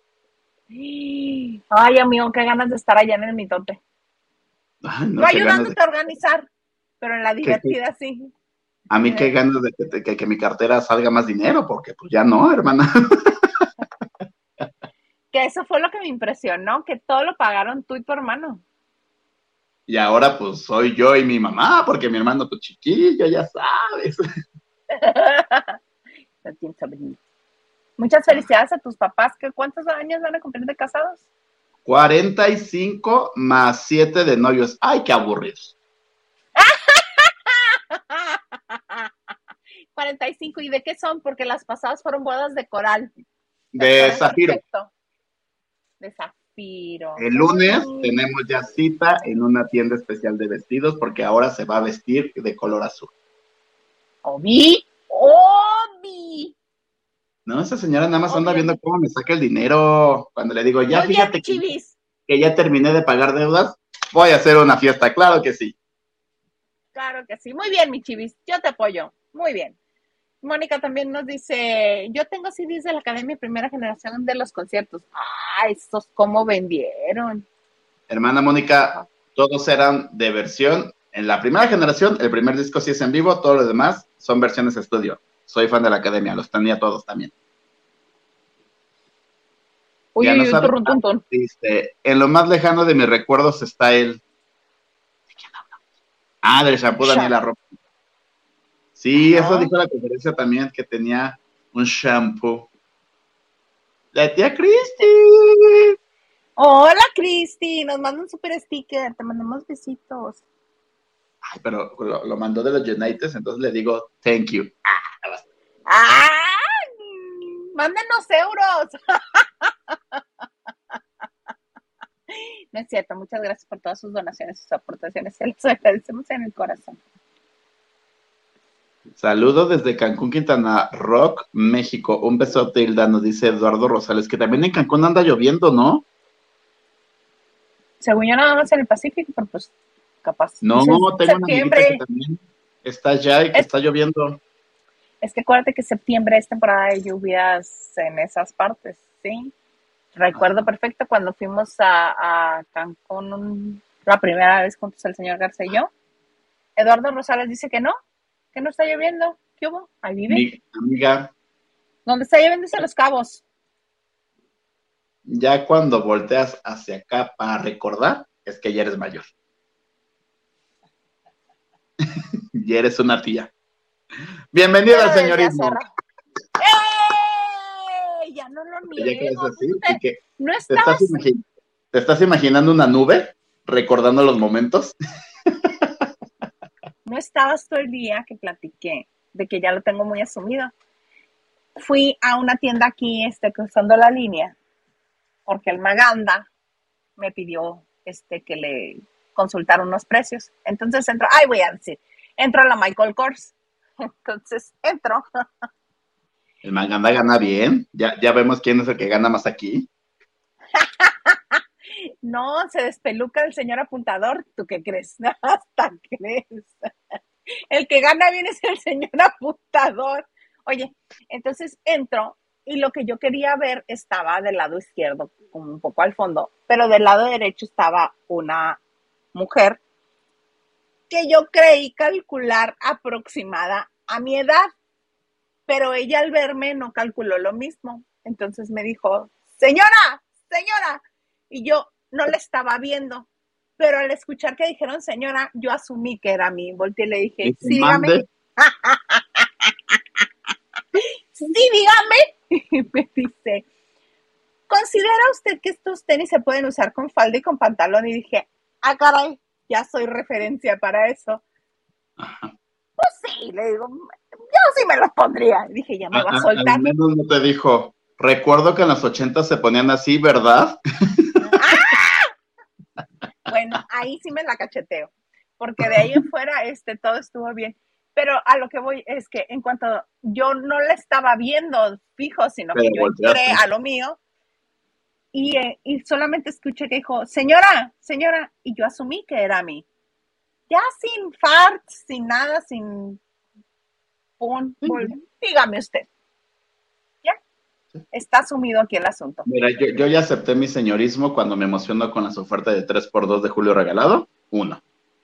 Ay, amigo, qué ganas de estar allá en el mitote. Ay, no ayudándote a organizar, pero en la divertida sí. A mí qué ganas de que mi cartera salga más dinero, porque pues ya no, hermana. Que eso fue lo que me impresionó, que todo lo pagaron tú y tu hermano. Y ahora pues soy yo y mi mamá, porque mi hermano pues chiquillo, ya sabes. Muchas felicidades a tus papás. ¿Cuántos años van a cumplir de casados? 45 más 7 de novios. Ay, qué aburridos. 45, ¿y de qué son? Porque las pasadas fueron bodas de coral. De zafiro. Perfecto. De zafiro. El lunes tenemos ya cita en una tienda especial de vestidos porque ahora se va a vestir de color azul. ¡Obi! No, esa señora nada más anda viendo cómo me saca el dinero. Cuando le digo, ya fíjate que ya terminé de pagar deudas, voy a hacer una fiesta, claro que sí. Claro que sí. Muy bien, mi chivis, yo te apoyo. Muy bien. Mónica también nos dice, yo tengo CDs de la Academia Primera Generación de los conciertos. Ah, estos cómo vendieron. Hermana Mónica, todos eran de versión. En la primera generación, el primer disco sí es en vivo, todos los demás son versiones estudio. Soy fan de la Academia, los tenía todos también. Uy, en lo más lejano de mis recuerdos está el... ¿De quién habla? Ah, del shampoo Daniela Ropa. Sí, eso dijo la conferencia también, que tenía un shampoo. La tía Cristi. Hola, Cristi, nos manda un super sticker, te mandamos besitos. Ay, pero lo mandó de los United, entonces le digo thank you. Mándenos euros. No es cierto, muchas gracias por todas sus donaciones y sus aportaciones. Se los agradecemos en el corazón. Saludos desde Cancún, Quintana Rock, México. Un besote, Hilda, nos dice Eduardo Rosales, que también en Cancún anda lloviendo, ¿no? Según yo nada más en el Pacífico, pero pues capaz. No, Pues tengo una amiguita que también está allá y que está lloviendo. Es que acuérdate que septiembre es temporada de lluvias en esas partes, ¿sí? Recuerdo perfecto cuando fuimos a Cancún la primera vez juntos el señor Garza y yo. Eduardo Rosales dice que no está lloviendo. ¿Qué hubo? Ahí vive. Amiga. ¿Dónde está lloviendo es en Los Cabos. Ya cuando volteas hacia acá para recordar, es que ya eres mayor. Ya eres una tía. Bienvenida, señorita. Ya no lo niego. Así, que no estabas... ¿Te estás imaginando una nube recordando los momentos? No estabas todo el día que platiqué de que ya lo tengo muy asumido. Fui a una tienda aquí, cruzando la línea, porque el Maganda me pidió que le consultara unos precios. Entonces entro a la Michael Kors. Entonces entro. El Maganda gana bien. Ya vemos quién es el que gana más aquí. No, se despeluca el señor apuntador. ¿Tú qué crees? Hasta crees. El que gana bien es el señor apuntador. Oye, entonces entro y lo que yo quería ver estaba del lado izquierdo, como un poco al fondo, pero del lado derecho estaba una mujer que yo creí calcular aproximada a mi edad, pero ella al verme no calculó lo mismo. Entonces me dijo, señora, y yo no la estaba viendo, pero al escuchar que dijeron señora, yo asumí que era a mí. Volteé y le dije, sí, dígame. Sí, dígame. Y me dice, ¿considera usted que estos tenis se pueden usar con falda y con pantalón? Y dije, caray, ya soy referencia para eso. Ajá. Pues sí, le digo, yo sí me los pondría. Y dije, ya me va a soltar. Al menos no te dijo, recuerdo que en los 80 se ponían así, ¿verdad? Bueno, ahí sí me la cacheteo, porque de ahí en fuera todo estuvo bien. Pero a lo que voy es que en cuanto yo no la estaba viendo fijo, sino que yo entré a lo mío y solamente escuché que dijo, señora, y yo asumí que era a mí. Ya sin fart, sin nada, sin pum, dígame usted. Ya, está asumido aquí el asunto. Mira, yo ya acepté mi señorismo cuando me emociono con las ofertas de 3x2 de Julio Regalado. 1.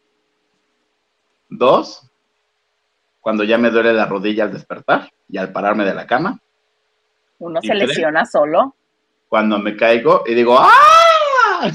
2, cuando ya me duele la rodilla al despertar y al pararme de la cama. Uno se lesiona solo. Cuando me caigo y digo, ¡ah!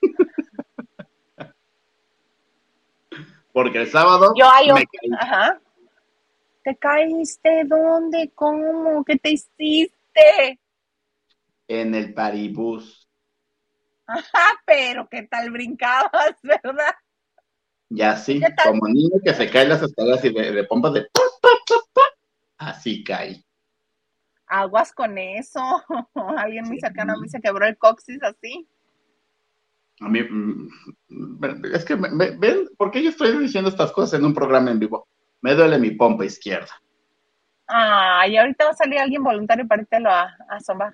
Porque el sábado me caí. Ajá. ¿Te caíste? ¿Dónde? ¿Cómo? ¿Qué te hiciste? En el paribús. Ajá, pero ¿qué tal brincabas, verdad? Ya sí, como niño que se cae las escaleras y de pompas de así cae. Aguas con eso. Alguien muy cercano a mí se quebró el coxis así. A mí, es que, ¿ven? ¿Por qué yo estoy diciendo estas cosas en un programa en vivo? Me duele mi pompa izquierda. Y ahorita va a salir alguien voluntario para irte a asomar.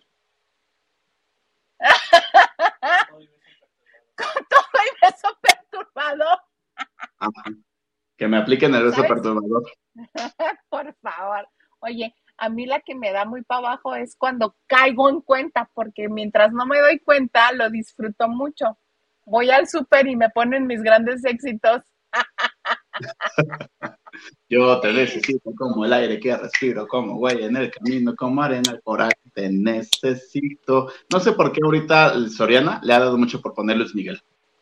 Con todo y beso perturbador. Ajá. Que me apliquen el beso perturbador. Por favor. Oye, a mí la que me da muy para abajo es cuando caigo en cuenta, porque mientras no me doy cuenta, lo disfruto mucho. Voy al súper y me ponen mis grandes éxitos. Yo te necesito como el aire que respiro, como güey en el camino, como arena al coraje, te necesito. No sé por qué ahorita Soriana le ha dado mucho por poner Luis Miguel.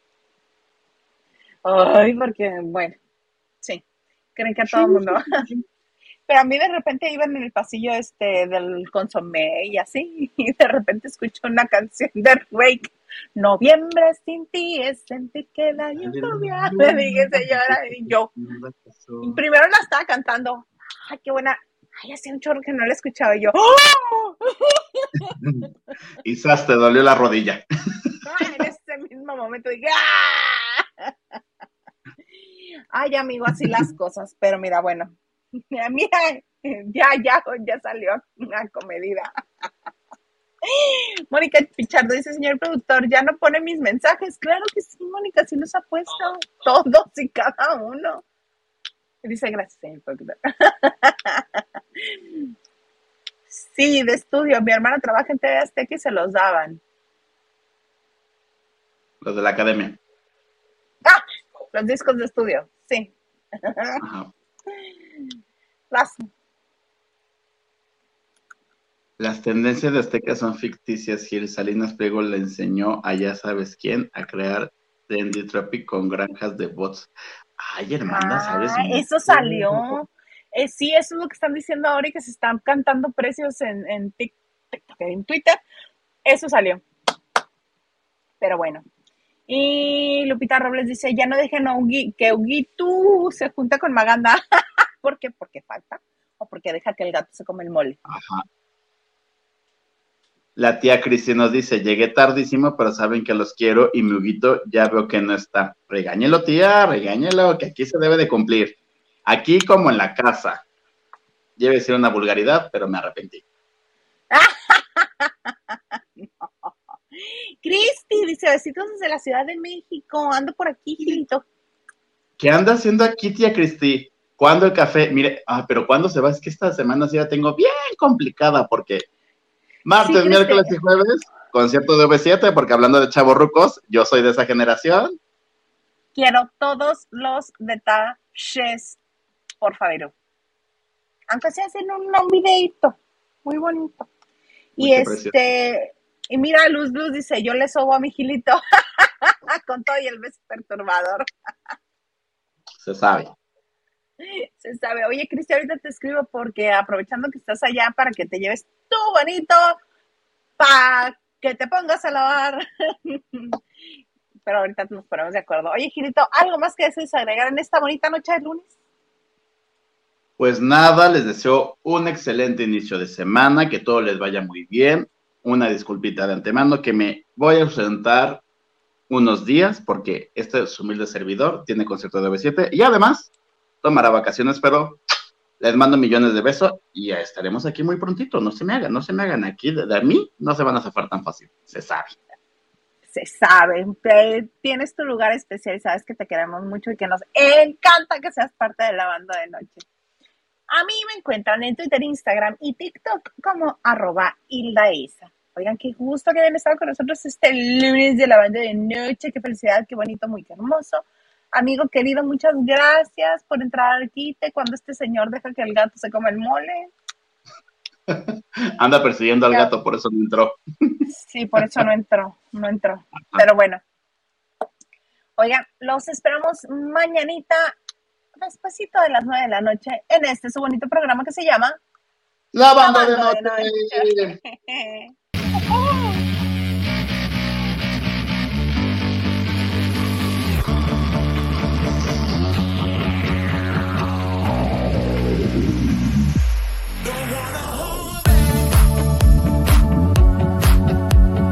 Ay, porque, bueno, sí, creen que a todo el mundo. Pero a mí de repente iban en el pasillo del consomé y así, y de repente escucho una canción de Rake. Noviembre sin ti es sentir que la lluvia. Le dije, señora, y yo. Y primero la estaba cantando. Ay, qué buena. Ay, hacía un chorro que no la escuchaba. Y yo. ¡Oh! Quizás te dolió la rodilla. En ese mismo mismo momento dije, ¡ah! Ay, amigo, así las cosas. Pero mira, bueno, mira, ya salió una comedida. Mónica Pichardo dice, señor productor, ya no pone mis mensajes. Claro que sí, Mónica, sí los ha puesto todos y cada uno. Dice, gracias, señor productor. Sí, de estudio. Mi hermana trabaja en TV Azteca y se los daban. Los de la academia. ¡Ah! Los discos de estudio, sí. Ajá. Las tendencias de Azteca son ficticias. Gil Salinas Pliego le enseñó a ya sabes quién a crear Trendy Tropic con granjas de bots. Ay, hermana, ¿sabes? Eso salió. Sí, eso es lo que están diciendo ahora y que se están cantando precios en TikTok, en Twitter. Eso salió. Pero bueno. Y Lupita Robles dice, ya no dejen que Huguito se junte con Maganda. ¿Por qué? Porque falta. O porque deja que el gato se come el mole. Ajá. La tía Cristi nos dice, llegué tardísimo, pero saben que los quiero y mi Huguito ya veo que no está. Regáñelo, tía, regáñelo, que aquí se debe de cumplir. Aquí como en la casa. Debe ser una vulgaridad, pero me arrepentí. No. Cristi dice, besitos desde la Ciudad de México. Ando por aquí, Gilito. ¿Qué anda haciendo aquí, tía Cristi? ¿Cuándo el café? Mire, pero ¿cuándo se va? Es que esta semana sí la tengo bien complicada porque martes, sí, miércoles y jueves, concierto de V7, porque hablando de chavorrucos, yo soy de esa generación. Quiero todos los detalles, por favor. Aunque sea haciendo un videito muy bonito. Y y mira, Luz dice, yo le sobo a mi Gilito con todo y el beso perturbador. Se sabe. Se sabe. Oye, Cristi, ahorita te escribo porque aprovechando que estás allá para que te lleves tu bonito para que te pongas a lavar. Pero ahorita nos ponemos de acuerdo. Oye, Gilito, ¿algo más que desees agregar en esta bonita noche de lunes? Pues nada, les deseo un excelente inicio de semana, que todo les vaya muy bien. Una disculpita de antemano, que me voy a ausentar unos días porque este humilde servidor tiene concierto de V7 y además tomará vacaciones, pero les mando millones de besos y ya estaremos aquí muy prontito. No se me hagan aquí, de mí no se van a zafar tan fácil, se sabe. Se sabe, tienes tu lugar especial y sabes que te queremos mucho y que nos encanta que seas parte de la banda de noche. A mí me encuentran en Twitter, Instagram y TikTok como @HildaIsa. Oigan, qué gusto que hayan estado con nosotros este lunes de la banda de noche. Qué felicidad, qué bonito, muy hermoso. Amigo querido, muchas gracias por entrar al quite cuando este señor deja que el gato se coma el mole. Anda persiguiendo al gato, por eso no entró. Sí, por eso no entró. Pero bueno. Oigan, los esperamos mañanita, despuesito de las 9 de la noche, en su bonito programa que se llama La Banda de Noche.